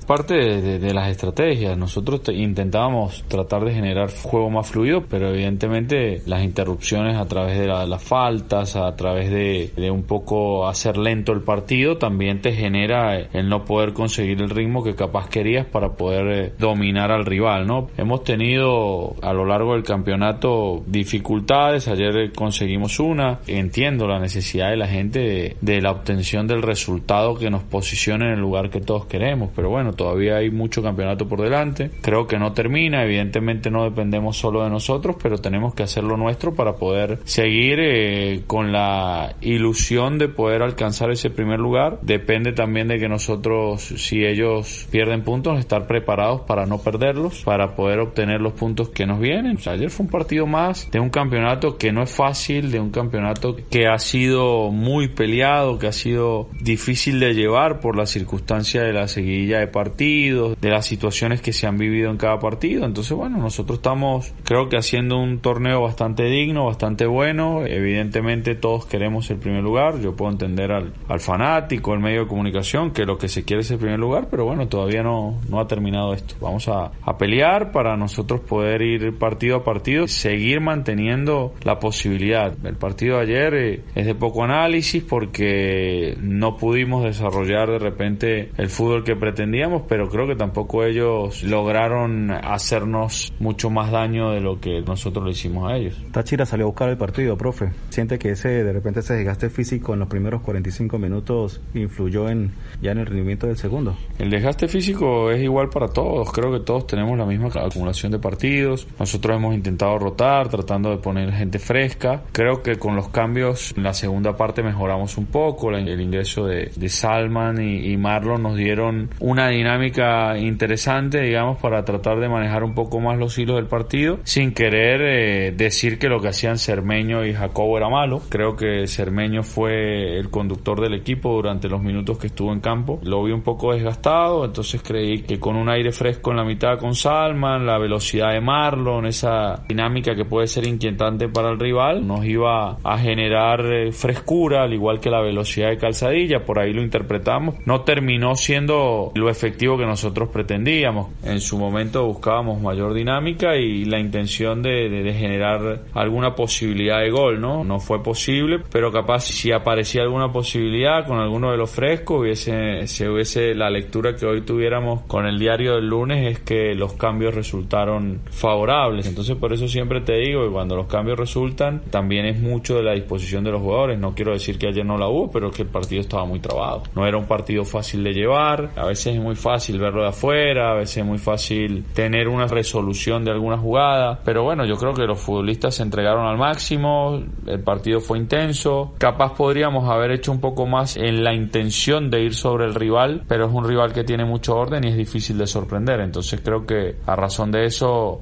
parte de, de, de las estrategias. Nosotros te, intentábamos tratar de generar juego más fluido, pero evidentemente las interrupciones a través de la, las faltas, a través de, de un poco hacer lento el partido, también te genera el no poder conseguir el ritmo que capaz querías para poder eh, dominar al rival, ¿no? Hemos tenido a lo largo del campeonato dificultades. Ayer eh, conseguimos una. Entiendo la necesidad de la gente de, de la obtención del resultado que nos posicione en el lugar que todos queremos, pero bueno, todavía hay mucho campeonato por delante. Creo que no termina, evidentemente no dependemos solo de nosotros, pero tenemos que hacer lo nuestro para poder seguir eh, con la ilusión de poder alcanzar ese primer lugar. Depende también de que nosotros, si ellos pierden puntos, estar preparados para no perderlos, para poder obtener los puntos que nos vienen. O sea, ayer fue un partido más de un campeonato que no es fácil, de un campeonato que ha sido muy peleado, que ha sido difícil de llevar por la circunstancia de la seguidilla de partidos, de las situaciones que se han vivido en cada partido. Entonces, bueno, nosotros estamos, creo que haciendo un torneo bastante digno, bastante bueno. Evidentemente todos queremos el primer lugar. Yo puedo entender al, al fanático, al medio de comunicación, que lo que se quiere es el primer lugar, pero bueno, todavía no, no ha terminado esto. Vamos a, a pelear para nosotros poder ir partido a partido, seguir manteniendo la posibilidad. El partido de ayer eh, es de poco análisis porque no pudimos desarrollar de repente el fútbol que pretendíamos, pero creo que tampoco ellos lograron hacernos mucho más daño de lo que nosotros le hicimos a ellos. Táchira salió a buscar el partido, profe. ¿Siente que ese de repente ese desgaste físico en los primeros cuarenta y cinco minutos influyó en ya en el rendimiento del segundo? El desgaste físico es igual para todos. Creo que todos tenemos la misma acumulación de partidos. Nosotros hemos intentado rotar, tratando de poner gente fresca. Creo que con los cambios en la segunda parte mejoramos un poco. El ingreso de, de Salman y, y Marlon nos dieron una dinámica interesante, digamos, para tratar de manejar un poco más los hilos del partido, sin querer eh, decir que lo que hacían Cermeño y Jacobo era malo. Creo que Cermeño fue el conductor del equipo durante los minutos que estuvo en campo. Lo vi un poco desgastado, entonces creí que con un aire fresco en la mitad con Salman, la velocidad de Marlon, esa dinámica que puede ser inquietante para el rival, nos iba a generar eh, frescura, al igual que la velocidad de Calzadilla. Por ahí lo interpretamos. No terminó siendo lo efectivo que nosotros pretendíamos. En su momento buscábamos mayor dinámica y la intención de, de, de generar alguna posibilidad de gol, ¿no? No fue posible, pero capaz si aparecía alguna posibilidad con alguno de los frescos, hubiese, si hubiese la lectura que hoy tuviéramos con el diario del lunes, es que los cambios resultaron favorables. Entonces por eso siempre te digo que cuando los cambios resultan, también es mucho de la disposición de los jugadores. No quiero decir que ayer no la hubo, pero que el partido estaba muy trabado. No era un partido fácil de llevar. A veces es muy fácil verlo de afuera, a veces es muy fácil tener una resolución de alguna jugada, pero bueno, yo creo que los futbolistas se entregaron al máximo. El partido fue intenso. Capaz podríamos haber hecho un poco más en la intención de ir sobre el rival, pero es un rival que tiene mucho orden y es difícil de sorprender. Entonces creo que a razón de eso,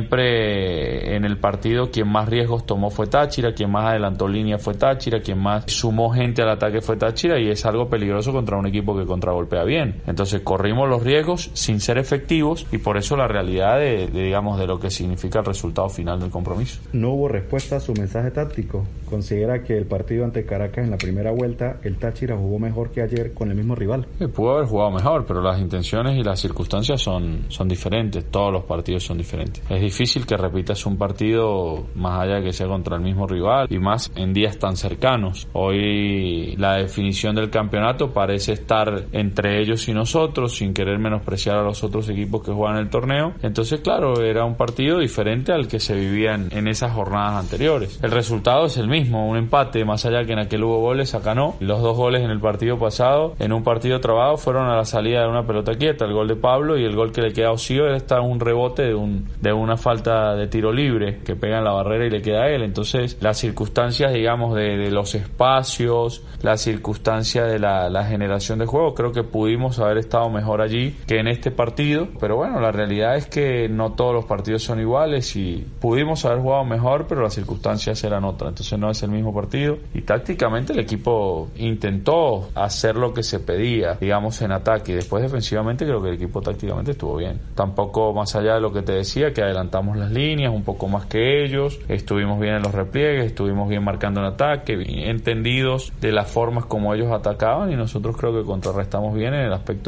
siempre en el partido quien más riesgos tomó fue Táchira, quien más adelantó línea fue Táchira, quien más sumó gente al ataque fue Táchira, y es algo peligroso contra un equipo que contragolpea bien. Entonces corrimos los riesgos sin ser efectivos, y por eso la realidad de, de digamos de lo que significa el resultado final del compromiso. No hubo respuesta a su mensaje táctico. ¿Considera que el partido ante Caracas en la primera vuelta el Táchira jugó mejor que ayer con el mismo rival? Eh, pudo haber jugado mejor, pero las intenciones y las circunstancias son, son diferentes. Todos los partidos son diferentes. Es difícil que repitas un partido más allá de que sea contra el mismo rival, y más en días tan cercanos. Hoy la definición del campeonato parece estar entre ellos y nosotros, sin querer menospreciar a los otros equipos que juegan el torneo. Entonces, claro, era un partido diferente al que se vivía en, en esas jornadas anteriores. El resultado es el mismo, un empate, más allá que en aquel hubo goles, acá no. Los dos goles en el partido pasado, en un partido trabado, fueron a la salida de una pelota quieta. El gol de Pablo y el gol que le queda a Osío está en un rebote de, un, de una falta de tiro libre que pega en la barrera y le queda a él. Entonces, las circunstancias, digamos, de, de los espacios, la circunstancia de la, la generación de juego, creo que pudimos haber estado mejor allí que en este partido. Pero bueno, la realidad es que no todos los partidos son iguales y pudimos haber jugado mejor, pero las circunstancias eran otras. Entonces no es el mismo partido, y tácticamente el equipo intentó hacer lo que se pedía, digamos, en ataque, y después defensivamente creo que el equipo tácticamente estuvo bien. Tampoco, más allá de lo que te decía, que adelantamos las líneas un poco más que ellos, estuvimos bien en los repliegues, estuvimos bien marcando en ataque, entendidos de las formas como ellos atacaban, y nosotros creo que contrarrestamos bien en el aspecto de,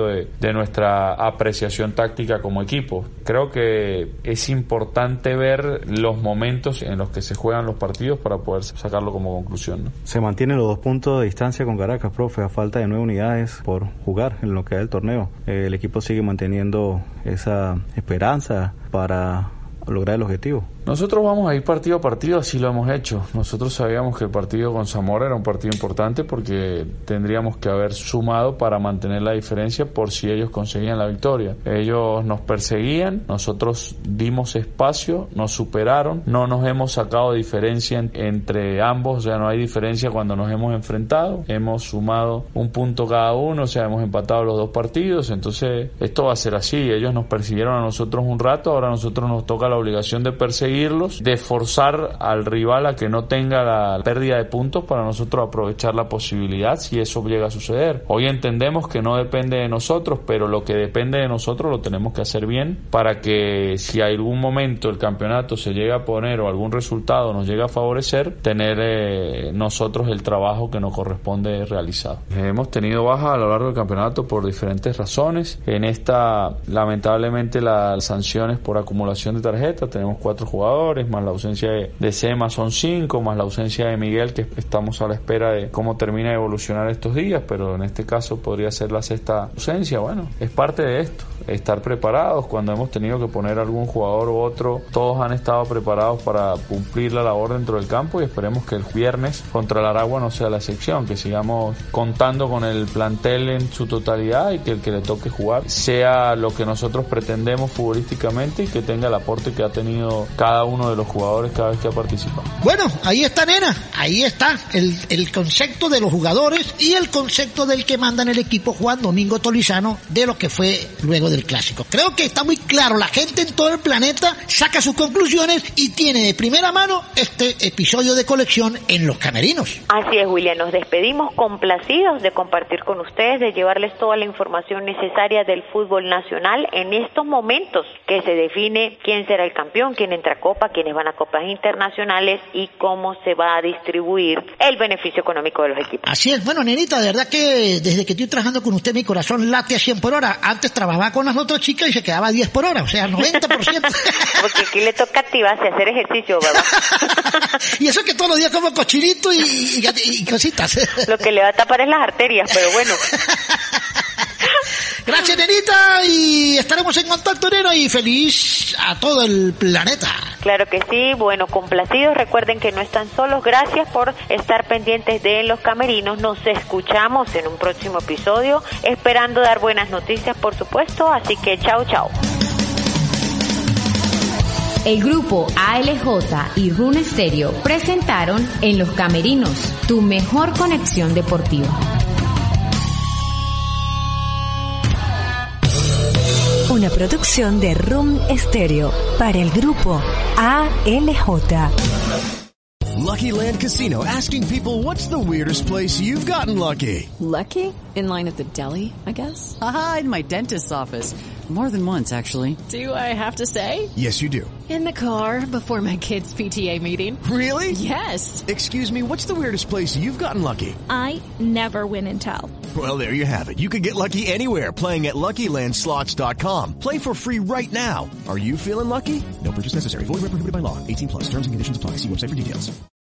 de nuestra apreciación táctica como equipo. Creo que es importante ver los momentos en los que se juegan los partidos para poder sacarlo como conclusión, ¿no? Se mantienen los dos puntos de distancia con Caracas, profe, a falta de nueve unidades por jugar en lo que es el torneo. Eh, el equipo sigue manteniendo esa esperanza para lograr el objetivo. Nosotros vamos a ir partido a partido, así lo hemos hecho. Nosotros sabíamos que el partido con Zamora era un partido importante porque tendríamos que haber sumado para mantener la diferencia por si ellos conseguían la victoria. Ellos nos perseguían, nosotros dimos espacio, nos superaron, no nos hemos sacado diferencia en, entre ambos, o sea, no hay diferencia cuando nos hemos enfrentado, hemos sumado un punto cada uno, o sea, hemos empatado los dos partidos, entonces esto va a ser así. Ellos nos persiguieron a nosotros un rato, ahora a nosotros nos toca la obligación de perseguir, de forzar al rival a que no tenga la pérdida de puntos para nosotros aprovechar la posibilidad si eso llega a suceder. Hoy entendemos que no depende de nosotros, pero lo que depende de nosotros lo tenemos que hacer bien para que si a algún momento el campeonato se llega a poner o algún resultado nos llega a favorecer, tener eh, nosotros el trabajo que nos corresponde realizado. Hemos tenido bajas a lo largo del campeonato por diferentes razones. En esta, lamentablemente, las sanciones por acumulación de tarjetas, tenemos cuatro jugadores, más la ausencia de, de Sema son cinco, más la ausencia de Miguel, que estamos a la espera de cómo termina de evolucionar estos días, pero en este caso podría ser la sexta ausencia. Bueno, es parte de esto, estar preparados. Cuando hemos tenido que poner algún jugador u otro, todos han estado preparados para cumplir la labor dentro del campo y esperemos que el viernes contra el Aragua no sea la excepción, que sigamos contando con el plantel en su totalidad y que el que le toque jugar sea lo que nosotros pretendemos futbolísticamente y que tenga el aporte que ha tenido cada uno de los jugadores cada vez que ha participado. Bueno, ahí está, nena, ahí está el, el concepto de los jugadores y el concepto del que manda en el equipo Juan Domingo Tolizano de lo que fue luego del clásico. Creo que está muy claro, la gente en todo el planeta saca sus conclusiones y tiene de primera mano este episodio de colección en Los Camerinos. Así es, William, nos despedimos complacidos de compartir con ustedes, de llevarles toda la información necesaria del fútbol nacional en estos momentos que se define quién será el campeón, quién entra a Copa, quiénes van a Copas internacionales y cómo se va a distribuir el beneficio económico de los equipos. Así es. Bueno, nenita, de verdad que desde que estoy trabajando con usted mi corazón late a cien por hora. Antes trabajaba con las otras chicas y se quedaba a diez por hora, o sea, noventa por ciento. Porque aquí le toca activarse, hacer ejercicio, ¿verdad? Y eso que todos los días como cochinito y, y, y cositas. Lo que le va a tapar es las arterias, pero bueno. Gracias, nenita, y estaremos en contacto, nena, y feliz a todo el planeta. Claro que sí, bueno, complacidos, recuerden que no están solos, gracias por estar pendientes de Los Camerinos, nos escuchamos en un próximo episodio, esperando dar buenas noticias, por supuesto, así que chao, chao. El grupo A L J y Rune Stereo presentaron En Los Camerinos, tu mejor conexión deportiva. Una producción de Room Stereo para el grupo A L J. Lucky Land Casino, asking people, what's the weirdest place you've gotten lucky? Lucky? In line at the deli, I guess? Aha, in my dentist's office. More than once, actually. Do I have to say? Yes, you do. In the car before my kids' P T A meeting. Really? Yes. Excuse me, what's the weirdest place you've gotten lucky? I never win and tell. Well, there you have it. You can get lucky anywhere, playing at Lucky Land Slots dot com. Play for free right now. Are you feeling lucky? No purchase necessary. Void where prohibited by law. eighteen plus. Terms and conditions apply. See website for details.